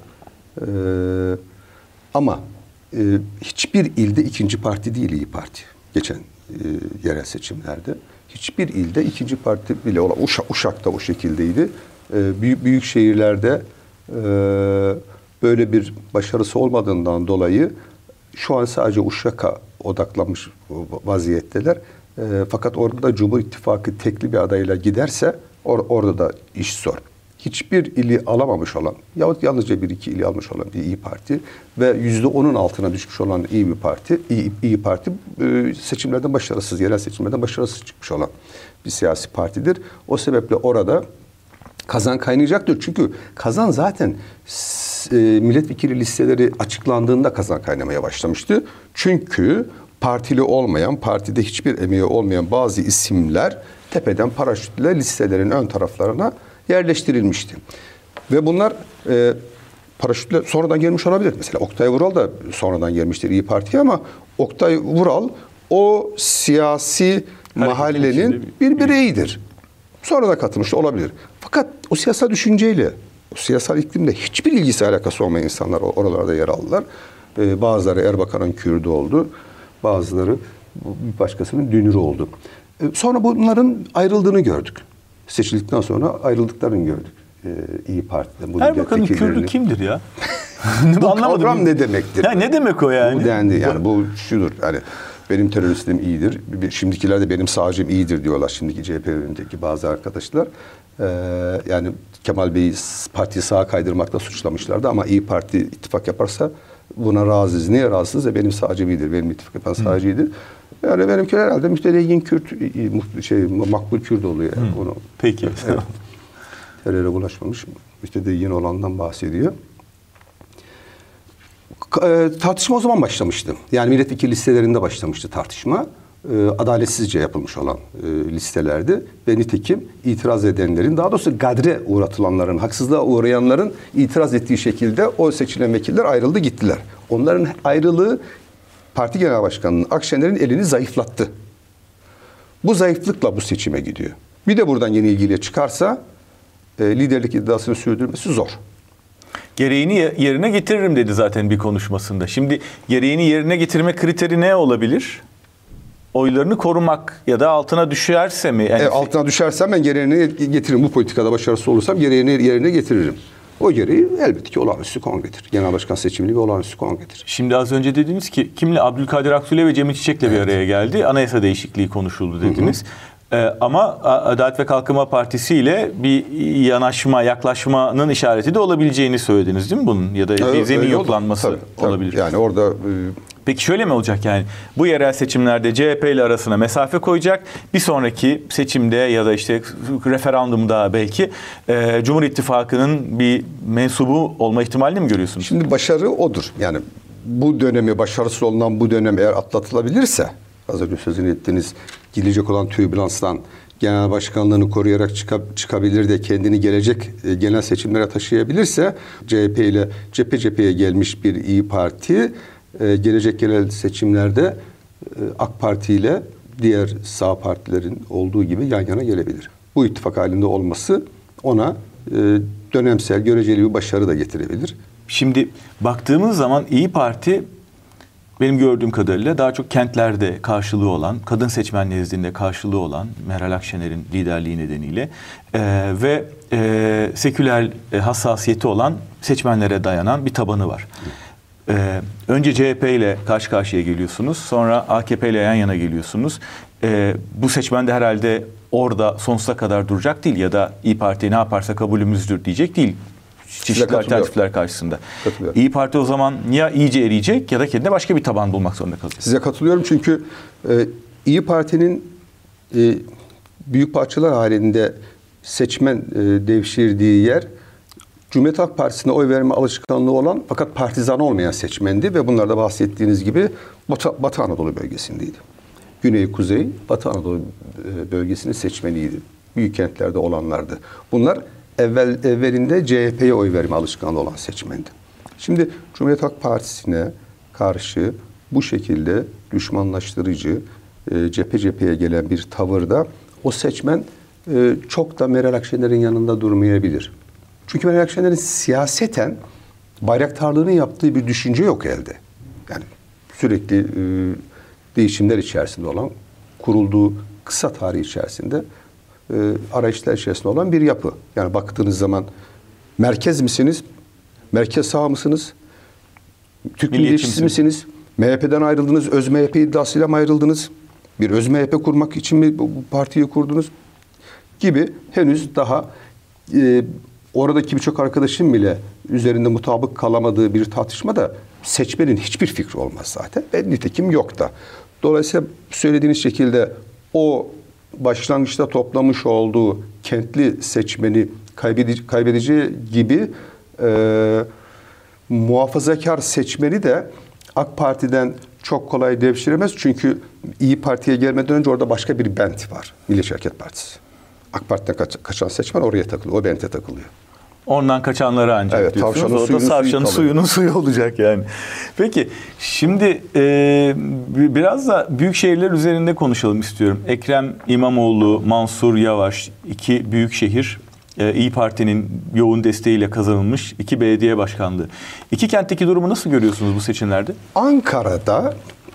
Ama hiçbir ilde ikinci parti değil İYİ Parti. Geçen yerel seçimlerde. Hiçbir ilde ikinci parti bile olan, Uşak, Uşak'ta o şekildeydi. Ee, büyük, büyük şehirlerde e, böyle bir başarısı olmadığından dolayı şu an sadece Uşak'a odaklanmış vaziyetteler. E, fakat orada da Cumhur İttifakı tekli bir adayla giderse or, orada da iş zor. Hiçbir ili alamamış olan yahut yalnızca bir iki ili almış olan bir İYİ Parti ve yüzde onun altına düşmüş olan İYİ Parti, İYİ, İYİ Parti seçimlerden başarısız, yerel seçimlerden başarısız çıkmış olan bir siyasi partidir. O sebeple orada kazan kaynayacaktır. Çünkü kazan zaten e, milletvekili listeleri açıklandığında kazan kaynamaya başlamıştı. Çünkü partili olmayan, partide hiçbir emeği olmayan bazı isimler tepeden paraşütle listelerin ön taraflarına yerleştirilmişti. Ve bunlar e, paraşütle sonradan gelmiş olabilir. Mesela Oktay Vural da sonradan gelmiştir İyi Parti'ye ama Oktay Vural o siyasi mahallenin bir bireyidir. Sonra da katılmış olabilir. Fakat o siyasal düşünceyle, o siyasal iklimle hiçbir ilgisi alakası olmayan insanlar oralarda yer aldılar. Ee, bazıları Erbakan'ın Kürdü oldu. Bazıları bir başkasının dünürü oldu. Ee, sonra bunların ayrıldığını gördük. Seçildikten sonra ayrıldıklarını gördük. Ee, İyi Parti'de. Erbakan'ın Kürdü kimdir ya? Bu kavram ne demektir? Ya ne demek o yani? Bu dendi yani bu şudur. Yani benim teröristim iyidir. Şimdikiler de benim sağcım iyidir diyorlar. Şimdiki C H P önündeki bazı arkadaşlar. Ee, yani Kemal Bey'i partiyi sağa kaydırmakla suçlamışlardı ama İyi Parti ittifak yaparsa buna razıyız. Niye razısınız? E benim sağcım iyidir. Benim ittifak yapan sağcı iyidir. Yani benimkiler herhalde mütedeyyin Kürt, şey, makbul Kürt oluyor. Yani. Onu, Peki. Evet, teröre bulaşmamış mütedeyyin olandan bahsediyor. E, tartışma o zaman başlamıştı. Yani milletvekili listelerinde başlamıştı tartışma. E, adaletsizce yapılmış olan e, listelerdi. Ve nitekim itiraz edenlerin, daha doğrusu gadre uğratılanların, haksızlığa uğrayanların itiraz ettiği şekilde o seçilen vekiller ayrıldı gittiler. Onların ayrılığı Parti Genel Başkanı'nın Akşener'in elini zayıflattı. Bu zayıflıkla bu seçime gidiyor. Bir de buradan yeni ilgiyle çıkarsa e, liderlik iddiasını sürdürmesi zor. Gereğini yerine getiririm dedi zaten bir konuşmasında. Şimdi gereğini yerine getirme kriteri ne olabilir? Oylarını korumak ya da altına düşerse mi? Yani e, altına düşersem ben gereğini getiririm. Bu politikada başarısız olursam gereğini yerine getiririm. O gereği elbette ki olağanüstü kongredir. Genel başkan seçimini bir olağanüstü kongredir. Şimdi az önce dediniz ki kimle? Abdülkadir Aksu'yla ve Cemil Çiçek'le evet. bir araya geldi. Anayasa değişikliği konuşuldu dediniz. Hı hı. Ee, ama Adalet ve Kalkınma Partisi ile bir yanaşma, yaklaşmanın işareti de olabileceğini söylediniz değil mi bunun? Ya da bir evet, zemin yoklanması tabii, tabii. olabilir. Yani orada... E... Peki şöyle mi olacak yani? Bu yerel seçimlerde C H P ile arasına mesafe koyacak. Bir sonraki seçimde ya da işte referandumda belki e, Cumhur İttifakı'nın bir mensubu olma ihtimalini mi görüyorsunuz? Şimdi başarı odur. Yani bu dönemi, başarısız olunan bu dönem eğer atlatılabilirse, az önce sözünü ettiğiniz gelecek olan türbülanstan genel başkanlığını koruyarak çıkab- çıkabilir de kendini gelecek e, genel seçimlere taşıyabilirse C H P ile cephe cepheye gelmiş bir İyi Parti e, gelecek genel seçimlerde e, AK Parti ile diğer sağ partilerin olduğu gibi yan yana gelebilir. Bu ittifak halinde olması ona e, dönemsel, göreceli bir başarı da getirebilir. Şimdi baktığımız zaman İyi Parti benim gördüğüm kadarıyla daha çok kentlerde karşılığı olan, kadın seçmen nezdinde karşılığı olan Meral Akşener'in liderliği nedeniyle e, ve e, seküler e, hassasiyeti olan seçmenlere dayanan bir tabanı var. E, önce C H P ile karşı karşıya geliyorsunuz, sonra A K P ile yan yana geliyorsunuz. E, bu seçmen de herhalde orada sonsuza kadar duracak değil ya da İyi Parti ne yaparsa kabulümüzdür diyecek değil. Çeşitli alternatifler karşısında. İyi Parti o zaman ya iyice eriyecek ya da kendine başka bir taban bulmak zorunda kalacak. Size katılıyorum çünkü e, İyi Parti'nin e, büyük parçalar halinde seçmen e, devşirdiği yer Cumhuriyet Halk Partisi'ne oy verme alışkanlığı olan fakat partizan olmayan seçmendi ve bunlar da bahsettiğiniz gibi Batı, Batı Anadolu bölgesindeydi. Güney, Kuzey, Batı Anadolu bölgesinin seçmeniydi. Büyük kentlerde olanlardı. Bunlar Evvel, evvelinde C H P'ye oy verme alışkanlığı olan seçmendi. Şimdi Cumhuriyet Halk Partisi'ne karşı bu şekilde düşmanlaştırıcı, e, cephe cepheye gelen bir tavırda o seçmen e, çok da Meral Akşener'in yanında durmayabilir. Çünkü Meral Akşener'in siyaseten bayraktarlığını yaptığı bir düşünce yok elde. Yani sürekli e, değişimler içerisinde olan, kurulduğu kısa tarih içerisinde E, arayışlar içerisinde olan bir yapı. Yani baktığınız zaman merkez misiniz? Merkez sağ mısınız? Türk milliyetçisi misiniz? M H P'den ayrıldınız. Öz M H P iddiasıyla mı ayrıldınız? Bir öz M H P kurmak için mi bu partiyi kurdunuz? Gibi henüz daha e, oradaki birçok arkadaşım bile üzerinde mutabık kalamadığı bir tartışma da seçmenin hiçbir fikri olmaz zaten. Ve nitekim yok da. Dolayısıyla söylediğiniz şekilde o başlangıçta toplamış olduğu kentli seçmeni kaybedici, kaybedici gibi e, muhafazakar seçmeni de AK Parti'den çok kolay devşiremez. Çünkü İyi Parti'ye gelmeden önce orada başka bir bent var. Milliyetçi Hareket Partisi. AK Parti'den kaç, kaçan seçmen oraya takılıyor. O bente takılıyor. Ondan kaçanları ancak Evet, diyorsunuz. tavşanın O da suyunun tavşanın suyu suyunun suyu olacak yani. Peki şimdi e, biraz da büyük şehirler üzerinde konuşalım istiyorum. Ekrem İmamoğlu, Mansur Yavaş, iki büyük şehir e, İyi Parti'nin yoğun desteğiyle kazanılmış iki belediye başkanlığı. İki kentteki durumu nasıl görüyorsunuz bu seçimlerde? Ankara'da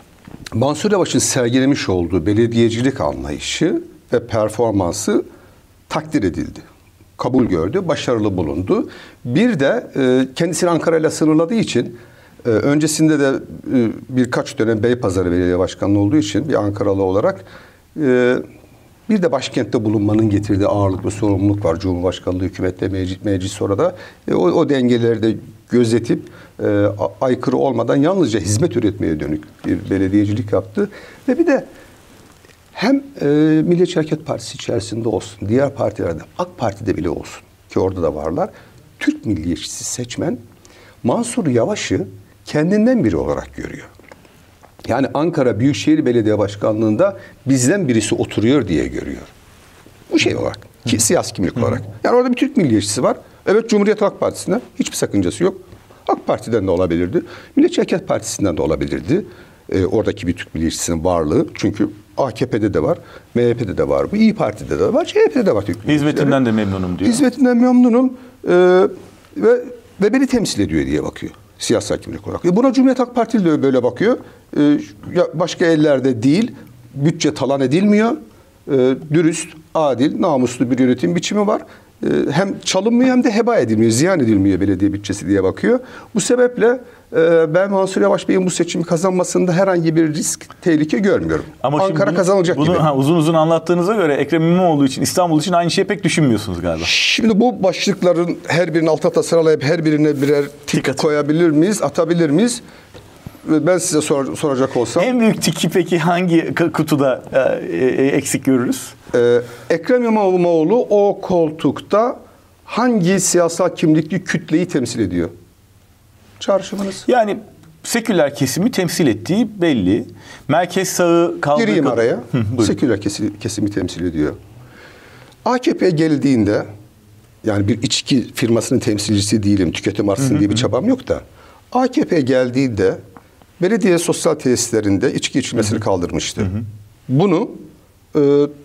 Mansur Yavaş'ın sergilemiş olduğu belediyecilik anlayışı ve performansı takdir edildi. Kabul gördü, başarılı bulundu. Bir de e, kendisini Ankara ile sınırladığı için e, öncesinde de e, birkaç dönem Beypazarı Belediye Başkanlığı olduğu için bir Ankaralı olarak e, bir de başkentte bulunmanın getirdiği ağırlık ve sorumluluk var. Cumhurbaşkanlığı, hükümette, meclis, meclis orada. E, o, o dengeleri de gözetip e, aykırı olmadan yalnızca hizmet üretmeye dönük bir belediyecilik yaptı. Ve bir de hem e, Milliyetçi Hareket Partisi içerisinde olsun, diğer partilerde, AK Parti'de bile olsun ki orada da varlar, Türk milliyetçisi seçmen Mansur Yavaş'ı kendinden biri olarak görüyor. Yani Ankara Büyükşehir Belediye Başkanlığı'nda bizden birisi oturuyor diye görüyor. Bu şey olarak, ki, siyasi kimlik olarak. Yani orada bir Türk milliyetçisi var. Evet, Cumhuriyet Halk Partisi'nden hiçbir sakıncası yok. AK Parti'den de olabilirdi. Milliyetçi Hareket Partisi'nden de olabilirdi. E, oradaki bir Türk milliyetçisinin varlığı. Çünkü A K P'de de var, M H P'de de var, bu İyi Parti'de de var, C H P'de de var Türk milliyetçileri. Hizmetinden de memnunum diyor. Hizmetinden memnunum e, ve ve beni temsil ediyor diye bakıyor. Siyasi kimlik olarak. E buna Cumhuriyet Halk Partili de böyle bakıyor. E, ya başka ellerde değil, bütçe talan edilmiyor. E, dürüst, adil, namuslu bir yönetim biçimi var. E, hem çalınmıyor hem de heba edilmiyor, ziyan edilmiyor belediye bütçesi diye bakıyor. Bu sebeple e, ben Mansur Yavaş Bey'in bu seçimi kazanmasında herhangi bir risk, tehlike görmüyorum. Ama Ankara bunu, kazanacak bunu, gibi. Ha, uzun uzun anlattığınıza göre Ekrem İmamoğlu için, İstanbul için aynı şeyi pek düşünmüyorsunuz galiba. Şimdi bu başlıkların her birinin alt alta sıralayıp her birine birer tik, tik koyabilir miyiz, atabilir miyiz? Ben size sor, soracak olsam. En büyük tiki peki hangi kutuda e, eksik görürüz? Ee, Ekrem İmamoğlu o koltukta hangi siyasal kimlikli kütleyi temsil ediyor? Çağrışımınız. Yani seküler kesimi temsil ettiği belli. Merkez sağı kaldığı... Gireyim araya. Hı, seküler kesimi, kesimi temsil ediyor. A K P'ye geldiğinde, yani bir içki firmasının temsilcisi değilim, tüketim artsın diye bir çabam yok da, A K P'ye geldiğinde belediye sosyal tesislerinde içki içilmesini kaldırmıştı. Hı hı. Bunu e,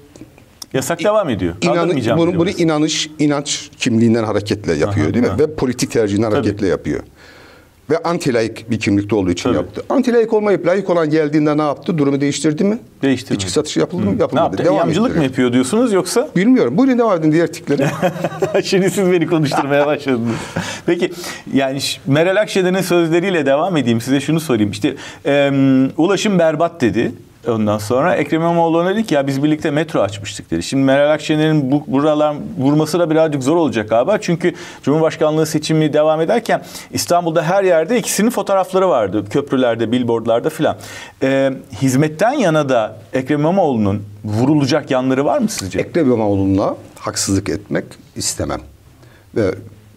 yasak devam ediyor. İnan, bunu, bunu inanış, inanç kimliğinden hareketle yapıyor, aha, değil mi? Aha. Ve politik tercihinden hareketle Tabii. yapıyor. Ve anti-laik bir kimlikte olduğu için Tabii. yaptı. Anti-laik olmayıp laik olan geldiğinde ne yaptı? Durumu değiştirdi mi? Değiştirdi. İçki satışı yapıldı mı? Yapılmadı. Ne yaptı? Devam Yamcılık mı yapıyor diyorsunuz yoksa? Bilmiyorum. Buyurun devam edin diğer tiklere. Şimdi siz beni konuşturmaya başladınız. Peki yani Meral Akşener'in sözleriyle devam edeyim. Size şunu sorayım. İşte e, ulaşım berbat dedi. Ondan sonra Ekrem İmamoğlu'na dedi ki ya biz birlikte metro açmıştık dedi. Şimdi Meral Akşener'in bu buralar vurması da birazcık zor olacak galiba. Çünkü Cumhurbaşkanlığı seçimi devam ederken İstanbul'da her yerde ikisinin fotoğrafları vardı. Köprülerde, billboardlarda filan. Ee, hizmetten yana da Ekrem İmamoğlu'nun vurulacak yanları var mı sizce? Ekrem İmamoğlu'na haksızlık etmek istemem. Ve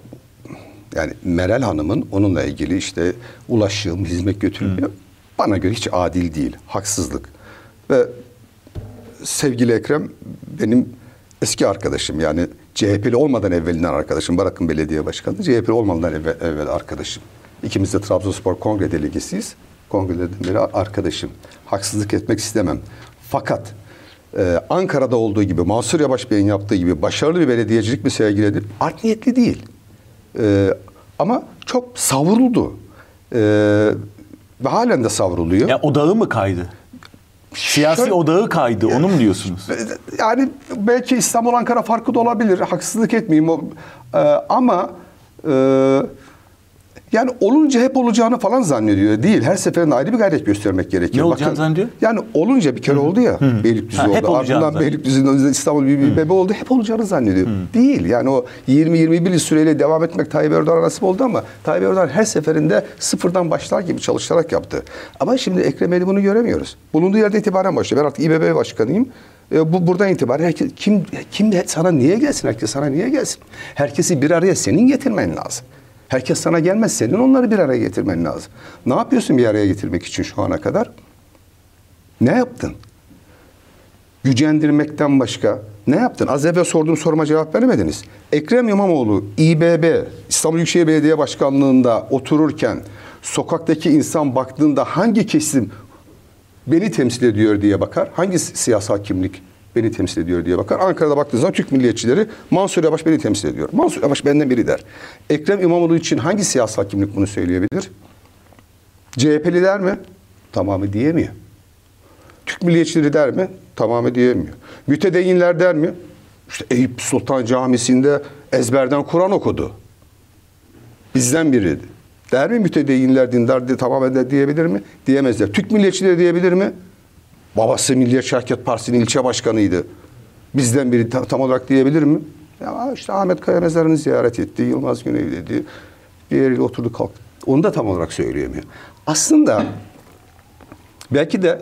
yani Meral Hanım'ın onunla ilgili işte ulaşım, hizmet götürülmüyor. Hmm. Bana göre hiç adil değil, haksızlık. Ve sevgili Ekrem benim eski arkadaşım, yani C H P'li olmadan evvelinden arkadaşım. Bırakın belediye başkanı, C H P'li olmadan evvel, evvel arkadaşım. İkimiz de Trabzonspor Kongre delegesiyiz. Kongreden beri arkadaşım. Haksızlık etmek istemem. Fakat e, Ankara'da olduğu gibi, Mansur Yavaş Bey'in yaptığı gibi başarılı bir belediyecilik mi sergiledi? Art niyetli değil. E, ama çok savruldu. E, Ve halen de savruluyor. Ya odağı mı kaydı? Siyasi Şöyle, odağı kaydı. Onu mu diyorsunuz? Yani belki İstanbul-Ankara farkı da olabilir. Haksızlık etmeyeyim. Ee, ama e, yani olunca hep olacağını falan zannediyor. Değil. Her seferinde ayrı bir gayret göstermek gerekiyor. Ne olacağını Bakın, zannediyor? Yani olunca bir kere Hı. oldu ya. Hı. Beylikdüzü ha, oldu. Ardından Beylikdüzü'nde İstanbul bir, bir bebe oldu. Hep olacağını zannediyor. Hı. Değil. Yani o yirmi yirmi bir yıl süreyle devam etmek Tayyip Erdoğan'a nasip oldu ama Tayyip Erdoğan her seferinde sıfırdan başlar gibi çalışarak yaptı. Ama şimdi Ekrem Eli bunu göremiyoruz. Bulunduğu yerde itibaren başlıyor. Ben artık İBB başkanıyım. E, bu buradan itibaren herkes, kim kim sana niye gelsin? Herkes sana niye gelsin? Herkesi bir araya senin getirmen lazım. Herkes sana gelmez. Senin onları bir araya getirmen lazım. Ne yapıyorsun bir araya getirmek için şu ana kadar? Ne yaptın? Gücendirmekten başka, Ne yaptın? Az evvel sorduğum soruma cevap veremediniz. Ekrem İmamoğlu İ B B İstanbul Büyükşehir Belediye Başkanlığı'nda otururken sokaktaki insan baktığında hangi kesim beni temsil ediyor diye bakar? Hangi siyasal kimlik beni temsil ediyor diye bakar? Ankara'da baktığı zaman Türk milliyetçileri Mansur Yavaş beni temsil ediyor. Mansur Yavaş benden biri der. Ekrem İmamoğlu için hangi siyasal kimlik bunu söyleyebilir? C H P'li der mi? Tamamı diyemiyor. Türk milliyetçileri der mi? Tamamı diyemiyor. Mütedeyinler der mi? İşte Eyüp Sultan Camisi'nde ezberden Kur'an okudu. Bizden biriydi. Der mi mütedeyinler, dindar diye tamamen de diyebilir mi? Diyemezler. Türk milliyetçileri diyebilir mi? Babası Milliyetçi Hareket Partisi'nin ilçe başkanıydı. Bizden biri tam, tam olarak diyebilir mi? Ya işte Ahmet Kaya mezarını ziyaret etti, Yılmaz Güney dedi. Diğeriyle oturdu kalktı. Onu da tam olarak söyleyemiyor. Aslında belki de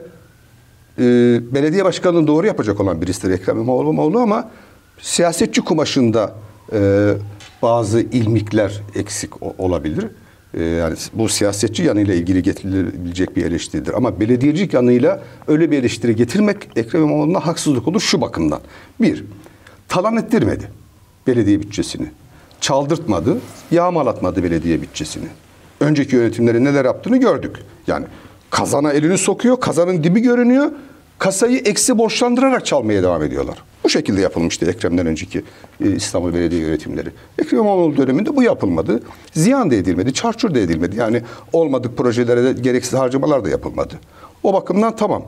e, belediye başkanlığını doğru yapacak olan birisidir Ekrem İmamoğlu ama siyasetçi kumaşında e, bazı ilmikler eksik o, olabilir. E, yani bu siyasetçi yanıyla ilgili getirilebilecek bir eleştiridir. Ama belediyecilik yanıyla öyle bir eleştiri getirmek Ekrem İmamoğlu'na haksızlık olur şu bakımdan. Bir, talan ettirmedi belediye bütçesini. Çaldırtmadı, yağmalatmadı belediye bütçesini. Önceki yönetimlerin neler yaptığını gördük. Yani kazana elini sokuyor, kazanın dibi görünüyor. Kasayı eksi borçlandırarak çalmaya devam ediyorlar. Bu şekilde yapılmıştı Ekrem'den önceki e, İstanbul Belediye yönetimleri. Ekrem İmamoğlu döneminde bu yapılmadı. Ziyan da edilmedi, çarçur da edilmedi. Yani olmadık projelere de gereksiz harcamalar da yapılmadı. O bakımdan tamam.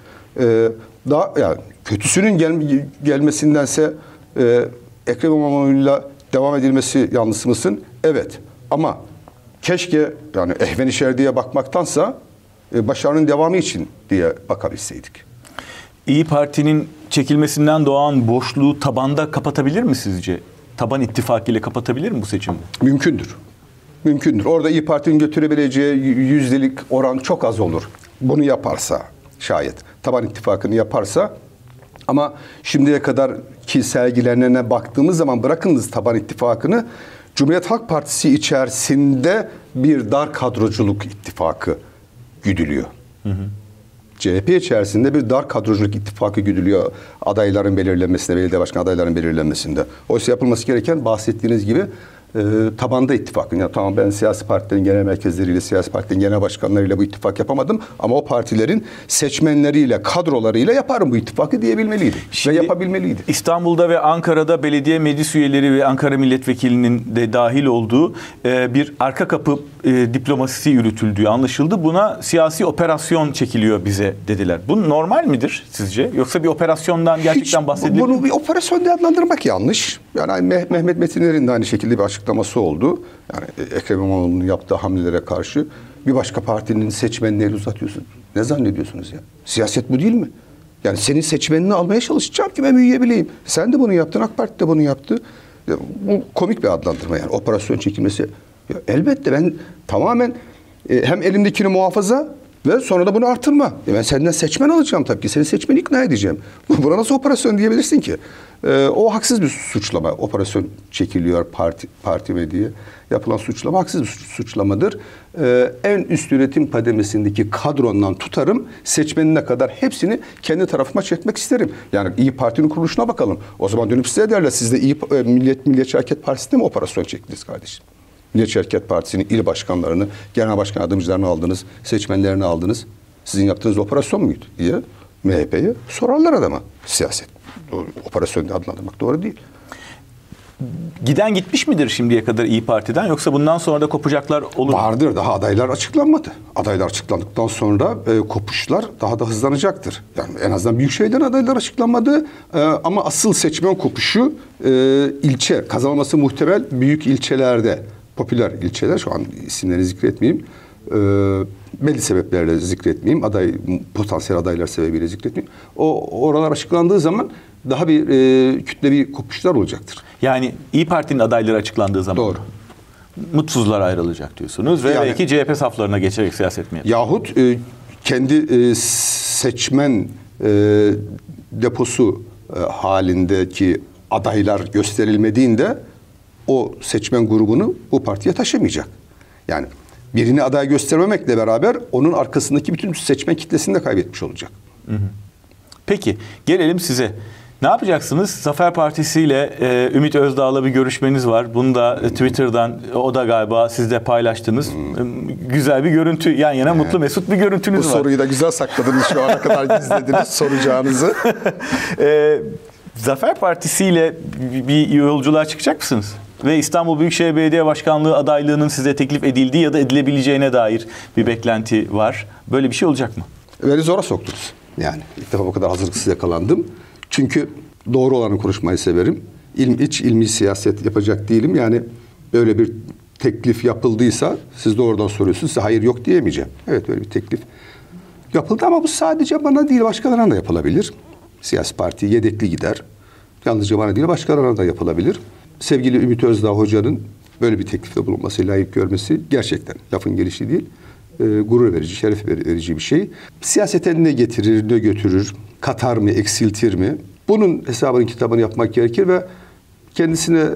Ee, daha yani kötüsünün gel, gelmesindense e, Ekrem İmamoğlu'yla devam edilmesi yanlısı mısın? Evet. Ama keşke yani ehven-i şer diye bakmaktansa e, başarının devamı için diye bakabilseydik. İyi Parti'nin çekilmesinden doğan boşluğu tabanda kapatabilir mi sizce? Taban ittifakı ile kapatabilir mi bu seçimde? Mümkündür. Mümkündür. Orada İyi Parti'nin götürebileceği yüzdelik oran çok az olur. Bunu yaparsa şayet. Taban ittifakını yaparsa. Ama şimdiye kadar ki sergilerine baktığımız zaman bırakınız taban ittifakını, Cumhuriyet Halk Partisi içerisinde bir dar kadroculuk ittifakı güdülüyor. Hı hı. C H P içerisinde bir dar kadroculuk ittifakı güdülüyor adayların belirlenmesinde, belediye başkan adayların belirlenmesinde. Oysa yapılması gereken bahsettiğiniz gibi e, tabanda ittifakın. Yani tamam ben siyasi partilerin genel merkezleriyle, siyasi partilerin genel başkanlarıyla bu ittifak yapamadım ama o partilerin seçmenleriyle, kadrolarıyla yaparım bu ittifakı diyebilmeliydi. Şimdi, ve yapabilmeliydi. İstanbul'da ve Ankara'da belediye meclis üyeleri ve Ankara milletvekilinin de dahil olduğu e, bir arka kapı e, diplomasisi yürütüldüğü anlaşıldı. Buna siyasi operasyon çekiliyor bize dediler. Bu normal midir sizce? Yoksa bir operasyondan gerçekten bahsedilir mi? Bunu bir operasyon diye adlandırmak yanlış. Yani Mehmet Metinler'in de aynı şekilde bir açıklaması oldu. Yani Ekrem İmamoğlu'nun yaptığı hamlelere karşı bir başka partinin seçmenleri uzatıyorsun. Ne zannediyorsunuz ya? Siyaset bu değil mi? Yani senin seçmenini almaya çalışacağım ki ben büyüyebileyim. Sen de bunu yaptın, AK Parti de bunu yaptı. Ya, bu komik bir adlandırma yani. Operasyon çekilmesi. Ya, elbette ben tamamen e, hem elimdekini muhafaza ve sonra da bunu artırma. E, ben senden seçmen alacağım tabii ki. Seni seçmeni ikna edeceğim. Buna nasıl operasyon diyebilirsin ki? Ee, o haksız bir suçlama. Operasyon çekiliyor parti, partime diye. Yapılan suçlama haksız bir suçlamadır. Ee, en üst yönetim kademesindeki kadrondan tutarım seçmenine kadar hepsini kendi tarafıma çekmek isterim. Yani İyi Parti'nin kuruluşuna bakalım. O zaman dönüp size derler siz de İyi, Millet, Milliyetçi Hareket Partisi'nde mi operasyon çektiniz kardeşim? Milliyetçi Hareket Partisi'nin il başkanlarını, genel başkan yardımcılarını aldınız, seçmenlerini aldınız. Sizin yaptığınız operasyon muydu diye M H P'ye sorarlar adama. Siyaset. Doğru, operasyon adlandırmak doğru değil. Giden gitmiş midir şimdiye kadar İyi Parti'den yoksa bundan sonra da kopacaklar olur mu? Vardır. Daha adaylar açıklanmadı. Adaylar açıklandıktan sonra e, kopuşlar daha da hızlanacaktır. Yani en azından Büyükşehir'den adaylar açıklanmadı. E, ama asıl seçmen kopuşu e, ilçe, kazanılması muhtemel büyük ilçelerde, popüler ilçeler, şu an isimlerini zikretmeyeyim. E, belli sebeplerle zikretmeyeyim. Aday, potansiyel adaylar sebebiyle zikretmeyeyim. O oralar açıklandığı zaman daha bir e, kütlevi kopuşlar olacaktır. Yani İyi Parti'nin adayları açıklandığı zaman doğru. Mutsuzlar ayrılacak diyorsunuz ve yani, belki C H P saflarına geçerek siyaset mi yapacak? Yahut e, kendi e, seçmen e, deposu e, halindeki adaylar gösterilmediğinde o seçmen grubunu bu partiye taşımayacak. Yani birini aday göstermemekle beraber onun arkasındaki bütün seçmen kitlesini de kaybetmiş olacak. Hı hı. Peki gelelim size. Ne yapacaksınız? Zafer Partisi ile e, Ümit Özdağ'la bir görüşmeniz var. Bunu da e, Twitter'dan, o da galiba siz de paylaştınız. Hmm. E, güzel bir görüntü. Yan yana mutlu mesut bir görüntünüz Bu var. Bu soruyu da güzel sakladınız, şu ana kadar gizlediniz soracağınızı. e, Zafer Partisi ile bir yolculuğa çıkacak mısınız? Ve İstanbul Büyükşehir Belediye Başkanlığı adaylığının size teklif edildiği ya da edilebileceğine dair bir beklenti var. Böyle bir şey olacak mı? Beni zora soktunuz. Yani ilk defa bu kadar hazırlıksız yakalandım. Çünkü doğru olanı konuşmayı severim. İlm, iç ilmi siyaset yapacak değilim. Yani böyle bir teklif yapıldıysa siz doğrudan soruyorsunuz. Size hayır yok diyemeyeceğim. Evet, böyle bir teklif yapıldı ama bu sadece bana değil, başkalarına da yapılabilir. Siyasi parti yedekli gider. Yalnızca bana değil, başkalarına da yapılabilir. Sevgili Ümit Özdağ Hoca'nın böyle bir teklifte bulunması, layık görmesi gerçekten lafın gelişi değil, e, gurur verici, şeref verici bir şey. Siyasete ne getirir, ne götürür, katar mı, eksiltir mi? Bunun hesabını, kitabını yapmak gerekir ve kendisine e,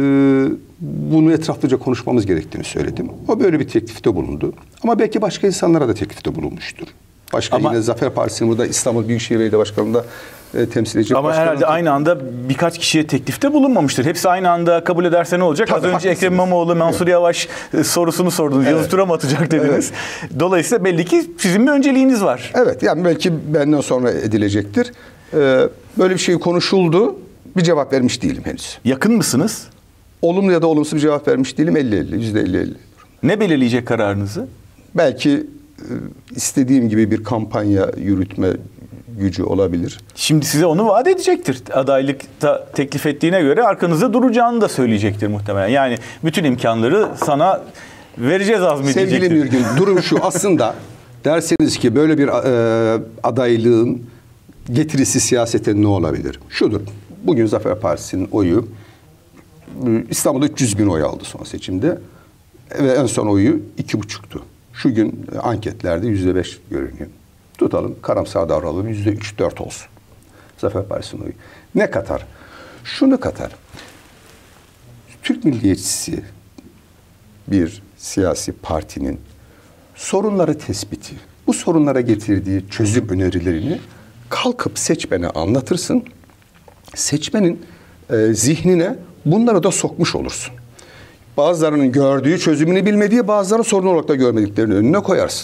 bunu etraflıca konuşmamız gerektiğini söyledim. O böyle bir teklifte bulundu. Ama belki başka insanlara da teklifte bulunmuştur. Başka Ama, yine Zafer Partisi'nin burada İstanbul Büyükşehir Belediye Başkanlığı'nda e, temsil edecek. Ama herhalde aynı anda birkaç kişiye teklifte bulunmamıştır. Hepsi aynı anda kabul ederse ne olacak? Tabii, Az önce haklısınız. Ekrem İmamoğlu, Mansur Yavaş e, sorusunu sordunuz. Evet. Yazı tura mı atacak dediniz. Evet. Dolayısıyla belli ki sizin bir önceliğiniz var. Evet, yani belki benden sonra edilecektir. Ee, böyle bir şey konuşuldu. Bir cevap vermiş değilim henüz. Yakın mısınız? Olumlu ya da olumsuz bir cevap vermiş değilim. elli elli, yüzde elli elli. Ne belirleyecek kararınızı? Belki istediğim gibi bir kampanya yürütme gücü olabilir. Şimdi size onu vaat edecektir. Adaylıkta teklif ettiğine göre arkanızda duracağını da söyleyecektir muhtemelen. Yani bütün imkanları sana vereceğiz azmedecektir. Sevgili Mürgün, durum şu. Aslında derseniz ki böyle bir e, adaylığın getirisi siyasete ne olabilir? Şudur. Bugün Zafer Partisi'nin oyu İstanbul'da üç yüz bin oy aldı son seçimde. Ve en son oyu iki buçuktu. Şu gün anketlerde yüzde beş görünüyor. Tutalım, karamsar davranalım, yüzde üç dört olsun. Zafer Partisi'nin oyu. Ne katar? Şunu katar. Türk milliyetçisi bir siyasi partinin sorunları tespiti, bu sorunlara getirdiği çözüm önerilerini kalkıp seçmene anlatırsın. Seçmenin e, zihnine bunları da sokmuş olursun. Bazılarının gördüğü, çözümünü bilmediği, bazılarının sorun olarak da görmediklerini önüne koyarsın.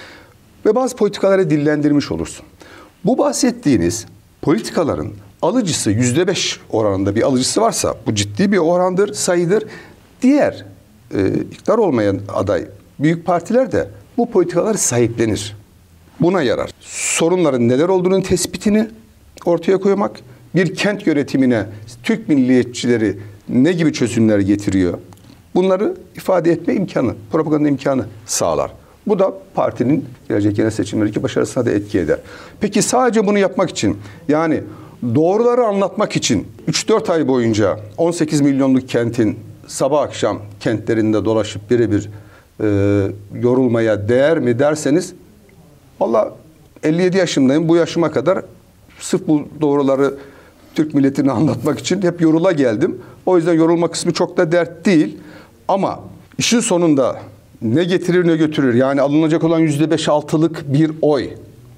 Ve bazı politikaları dillendirmiş olursun. Bu bahsettiğiniz politikaların alıcısı yüzde beş oranında bir alıcısı varsa, bu ciddi bir orandır, sayıdır. Diğer e, iktidar olmayan aday büyük partiler de bu politikaları sahiplenir. Buna yarar. Sorunların neler olduğunun tespitini ortaya koymak, bir kent yönetimine Türk milliyetçileri ne gibi çözümler getiriyor, bunları ifade etme imkanı, propaganda imkanı sağlar. Bu da partinin gelecek genel seçimlerdeki başarısına da etki eder. Peki sadece bunu yapmak için, yani doğruları anlatmak için üç dört ay boyunca on sekiz milyonluk kentin sabah akşam kentlerinde dolaşıp birebir e, yorulmaya değer mi derseniz, vallahi elli yedi yaşındayım, bu yaşıma kadar sırf bu doğruları Türk milletine anlatmak için hep yorula geldim. O yüzden yorulma kısmı çok da dert değil. Ama işin sonunda ne getirir ne götürür, yani alınacak olan yüzde beş altılık bir oy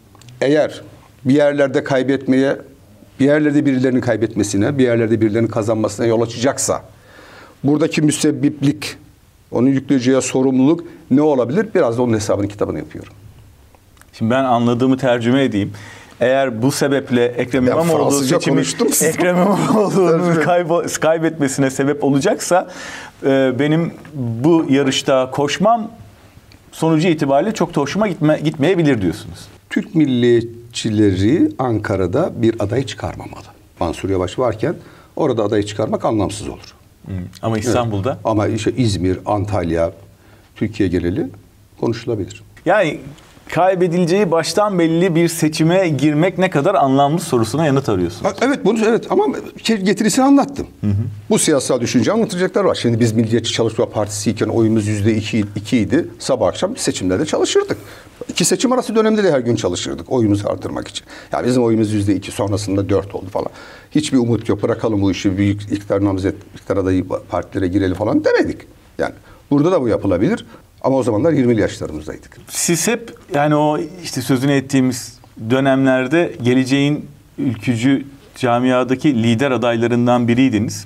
eğer bir yerlerde kaybetmeye, bir yerlerde birilerinin kaybetmesine, bir yerlerde birilerinin kazanmasına yol açacaksa, buradaki müsebbiplik, onun yükleyeceği sorumluluk ne olabilir? Biraz da onun hesabını, kitabını yapıyorum. Şimdi ben anladığımı tercüme edeyim. Eğer bu sebeple Ekrem İmamoğlu seçimi Ekrem İmamoğlu'nun kayb- kaybetmesine sebep olacaksa e, benim bu yarışta koşmam sonucu itibariyle çok da hoşuma gitme, gitmeyebilir diyorsunuz. Türk milliyetçileri Ankara'da bir aday çıkarmamalı. Mansur Yavaş varken orada adayı çıkarmak anlamsız olur. Hı. Ama İstanbul'da? Evet. Ama işte İzmir, Antalya, Türkiye geneli konuşulabilir. Yani kaybedileceği baştan belli bir seçime girmek ne kadar anlamlı sorusuna yanıt arıyorsunuz. Evet, bunu evet ama getirisini anlattım. Hı hı. Bu siyasal düşünce anlatacaklar var. Şimdi biz Milliyetçi Çalışma Partisi iken oyumuz yüzde iki idi. Sabah akşam seçimlerde çalışırdık. İki seçim arası dönemde de her gün çalışırdık oyumuzu artırmak için. Yani bizim oyumuz yüzde iki, sonrasında dört oldu falan. Hiçbir umut yok. Bırakalım bu işi, büyük iktidar namzet, iktidar adayı partilere girelim falan demedik. Yani burada da bu yapılabilir. Ama o zamanlar yirmili yaşlarımızdaydık. Siz hep yani o işte sözünü ettiğimiz dönemlerde geleceğin ülkücü camiadaki lider adaylarından biriydiniz.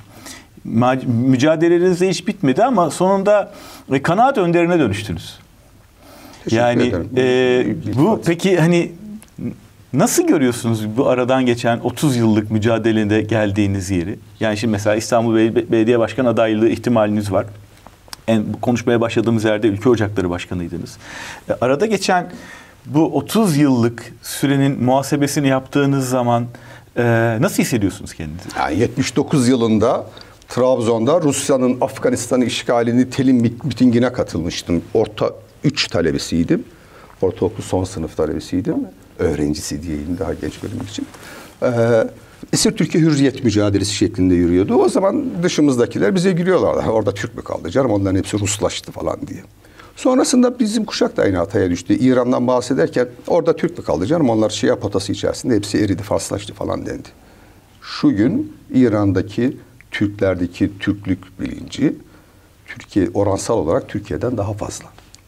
Mücadeleleriniz de hiç bitmedi ama sonunda kanaat önderine dönüştünüz. Teşekkür yani ederim. E, bu peki hani nasıl görüyorsunuz bu aradan geçen otuz yıllık mücadelede geldiğiniz yeri? Yani şimdi mesela İstanbul Belediye Başkanı adaylığı ihtimaliniz var. En, konuşmaya başladığımız yerde Ülke Ocakları Başkanıydınız. E, arada geçen bu otuz yıllık sürenin muhasebesini yaptığınız zaman e, nasıl hissediyorsunuz kendinizi? Yani yetmiş dokuz yılında Trabzon'da Rusya'nın Afganistan'ı işgalini telin mitingine katılmıştım. Orta üç talebesiydim. Ortaokul son sınıf talebesiydim. Öğrencisi diyeyim daha genç görünmek için. Ee, Esir Türkiye Hürriyet mücadelesi şeklinde yürüyordu. O zaman dışımızdakiler bize gülüyorlardı. Orada Türk mü kaldı canım, onların hepsi Ruslaştı falan diye. Sonrasında bizim kuşak da aynı hataya düştü. İran'dan bahsederken orada Türk mü kaldı canım, onlar Şia potası içerisinde hepsi eridi, Farslaştı falan dendi. Şu gün İran'daki Türklerdeki Türklük bilinci Türkiye oransal olarak Türkiye'den daha fazla.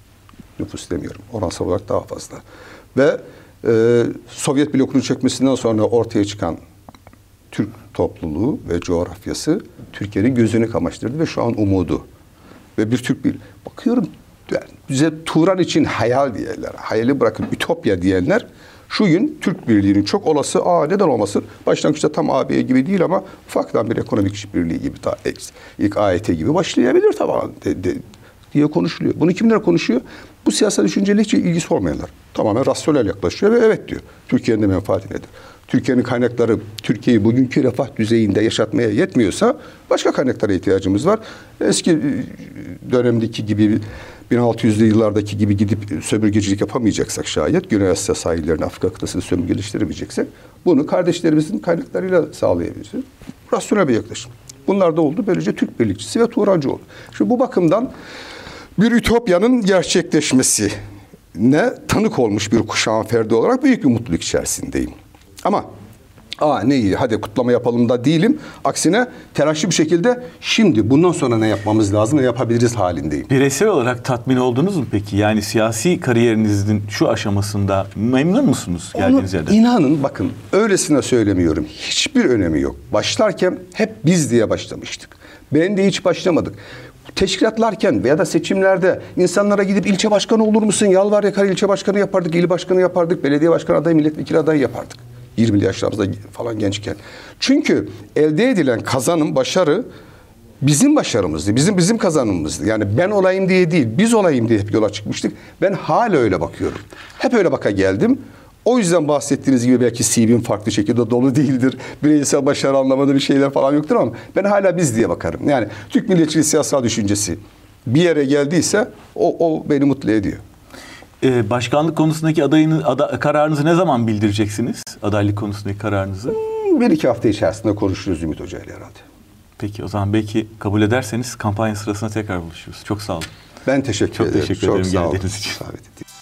Nüfus demiyorum. Oransal olarak daha fazla. Ve e, Sovyet blokunun çökmesinden sonra ortaya çıkan Türk topluluğu ve coğrafyası Türkiye'nin gözünü kamaştırdı ve şu an umudu. Ve bir Türk bir bakıyorum yani bize Turan için hayal diyenler, hayali bırakın ütopya diyenler şu gün Türk Birliği'nin çok olası, aa neden olmasın, başlangıçta tam A B gibi değil ama ufaktan bir ekonomik işbirliği gibi, ta ilk A Y T gibi başlayabilir tamam de, de, diye konuşuluyor. Bunu kimler konuşuyor? Bu siyasal düşünceyle hiç ilgisi olmayanlar. Tamamen rasyonel yaklaşıyor ve evet diyor. Türkiye'nin de menfaatinedir. Türkiye'nin kaynakları Türkiye'yi bugünkü refah düzeyinde yaşatmaya yetmiyorsa başka kaynaklara ihtiyacımız var. Eski dönemdeki gibi bin altı yüzlü yıllardaki gibi gidip sömürgecilik yapamayacaksak şayet, Güney Asya sahillerini, Afrika kıtasını sömürgeleştiremeyeceksek bunu kardeşlerimizin kaynaklarıyla sağlayabiliriz. Rasyonel bir yaklaşım. Bunlar da oldu. Böylece Türk birlikçisi ve Turancı oldu. Şimdi bu bakımdan bir ütopyanın gerçekleşmesine tanık olmuş bir kuşağın ferdi olarak büyük bir mutluluk içerisindeyim. Ama aa ne iyi hadi kutlama yapalım da değilim. Aksine telaşlı bir şekilde şimdi bundan sonra ne yapmamız lazım, ne yapabiliriz halindeyim. Bireysel olarak tatmin oldunuz mu peki? Yani siyasi kariyerinizin şu aşamasında memnun musunuz geldiğiniz yerden? İnanın bakın öylesine söylemiyorum. Hiçbir önemi yok. Başlarken hep biz diye başlamıştık. Ben de hiç başlamadık. Teşkilatlarken veya da seçimlerde insanlara gidip ilçe başkanı olur musun? Yalvar yakar ilçe başkanı yapardık, il başkanı yapardık, belediye başkanı adayı, milletvekili adayı yapardık. yirmili yaşlarımızda falan gençken. Çünkü elde edilen kazanım, başarı bizim başarımızdı. Bizim bizim kazanımımızdı. Yani ben olayım diye değil, biz olayım diye hep yola çıkmıştık. Ben hala öyle bakıyorum. Hep öyle baka geldim. O yüzden bahsettiğiniz gibi belki C V'm farklı şekilde dolu değildir. Bireysel başarı anlamında bir şeyler falan yoktur ama ben hala biz diye bakarım. Yani Türk milliyetçiliği siyasal düşüncesi bir yere geldiyse o, o beni mutlu ediyor. Ee, başkanlık konusundaki adayını, ada, kararınızı ne zaman bildireceksiniz? Adaylık konusundaki kararınızı? Hmm, bir iki hafta içerisinde konuşuruz Ümit Hoca ile herhalde. Peki o zaman belki kabul ederseniz kampanya sırasında tekrar buluşuruz. Çok sağ olun. Ben teşekkür Çok ederim. teşekkür ederim Çok sağ olun. geldiğiniz için. Evet.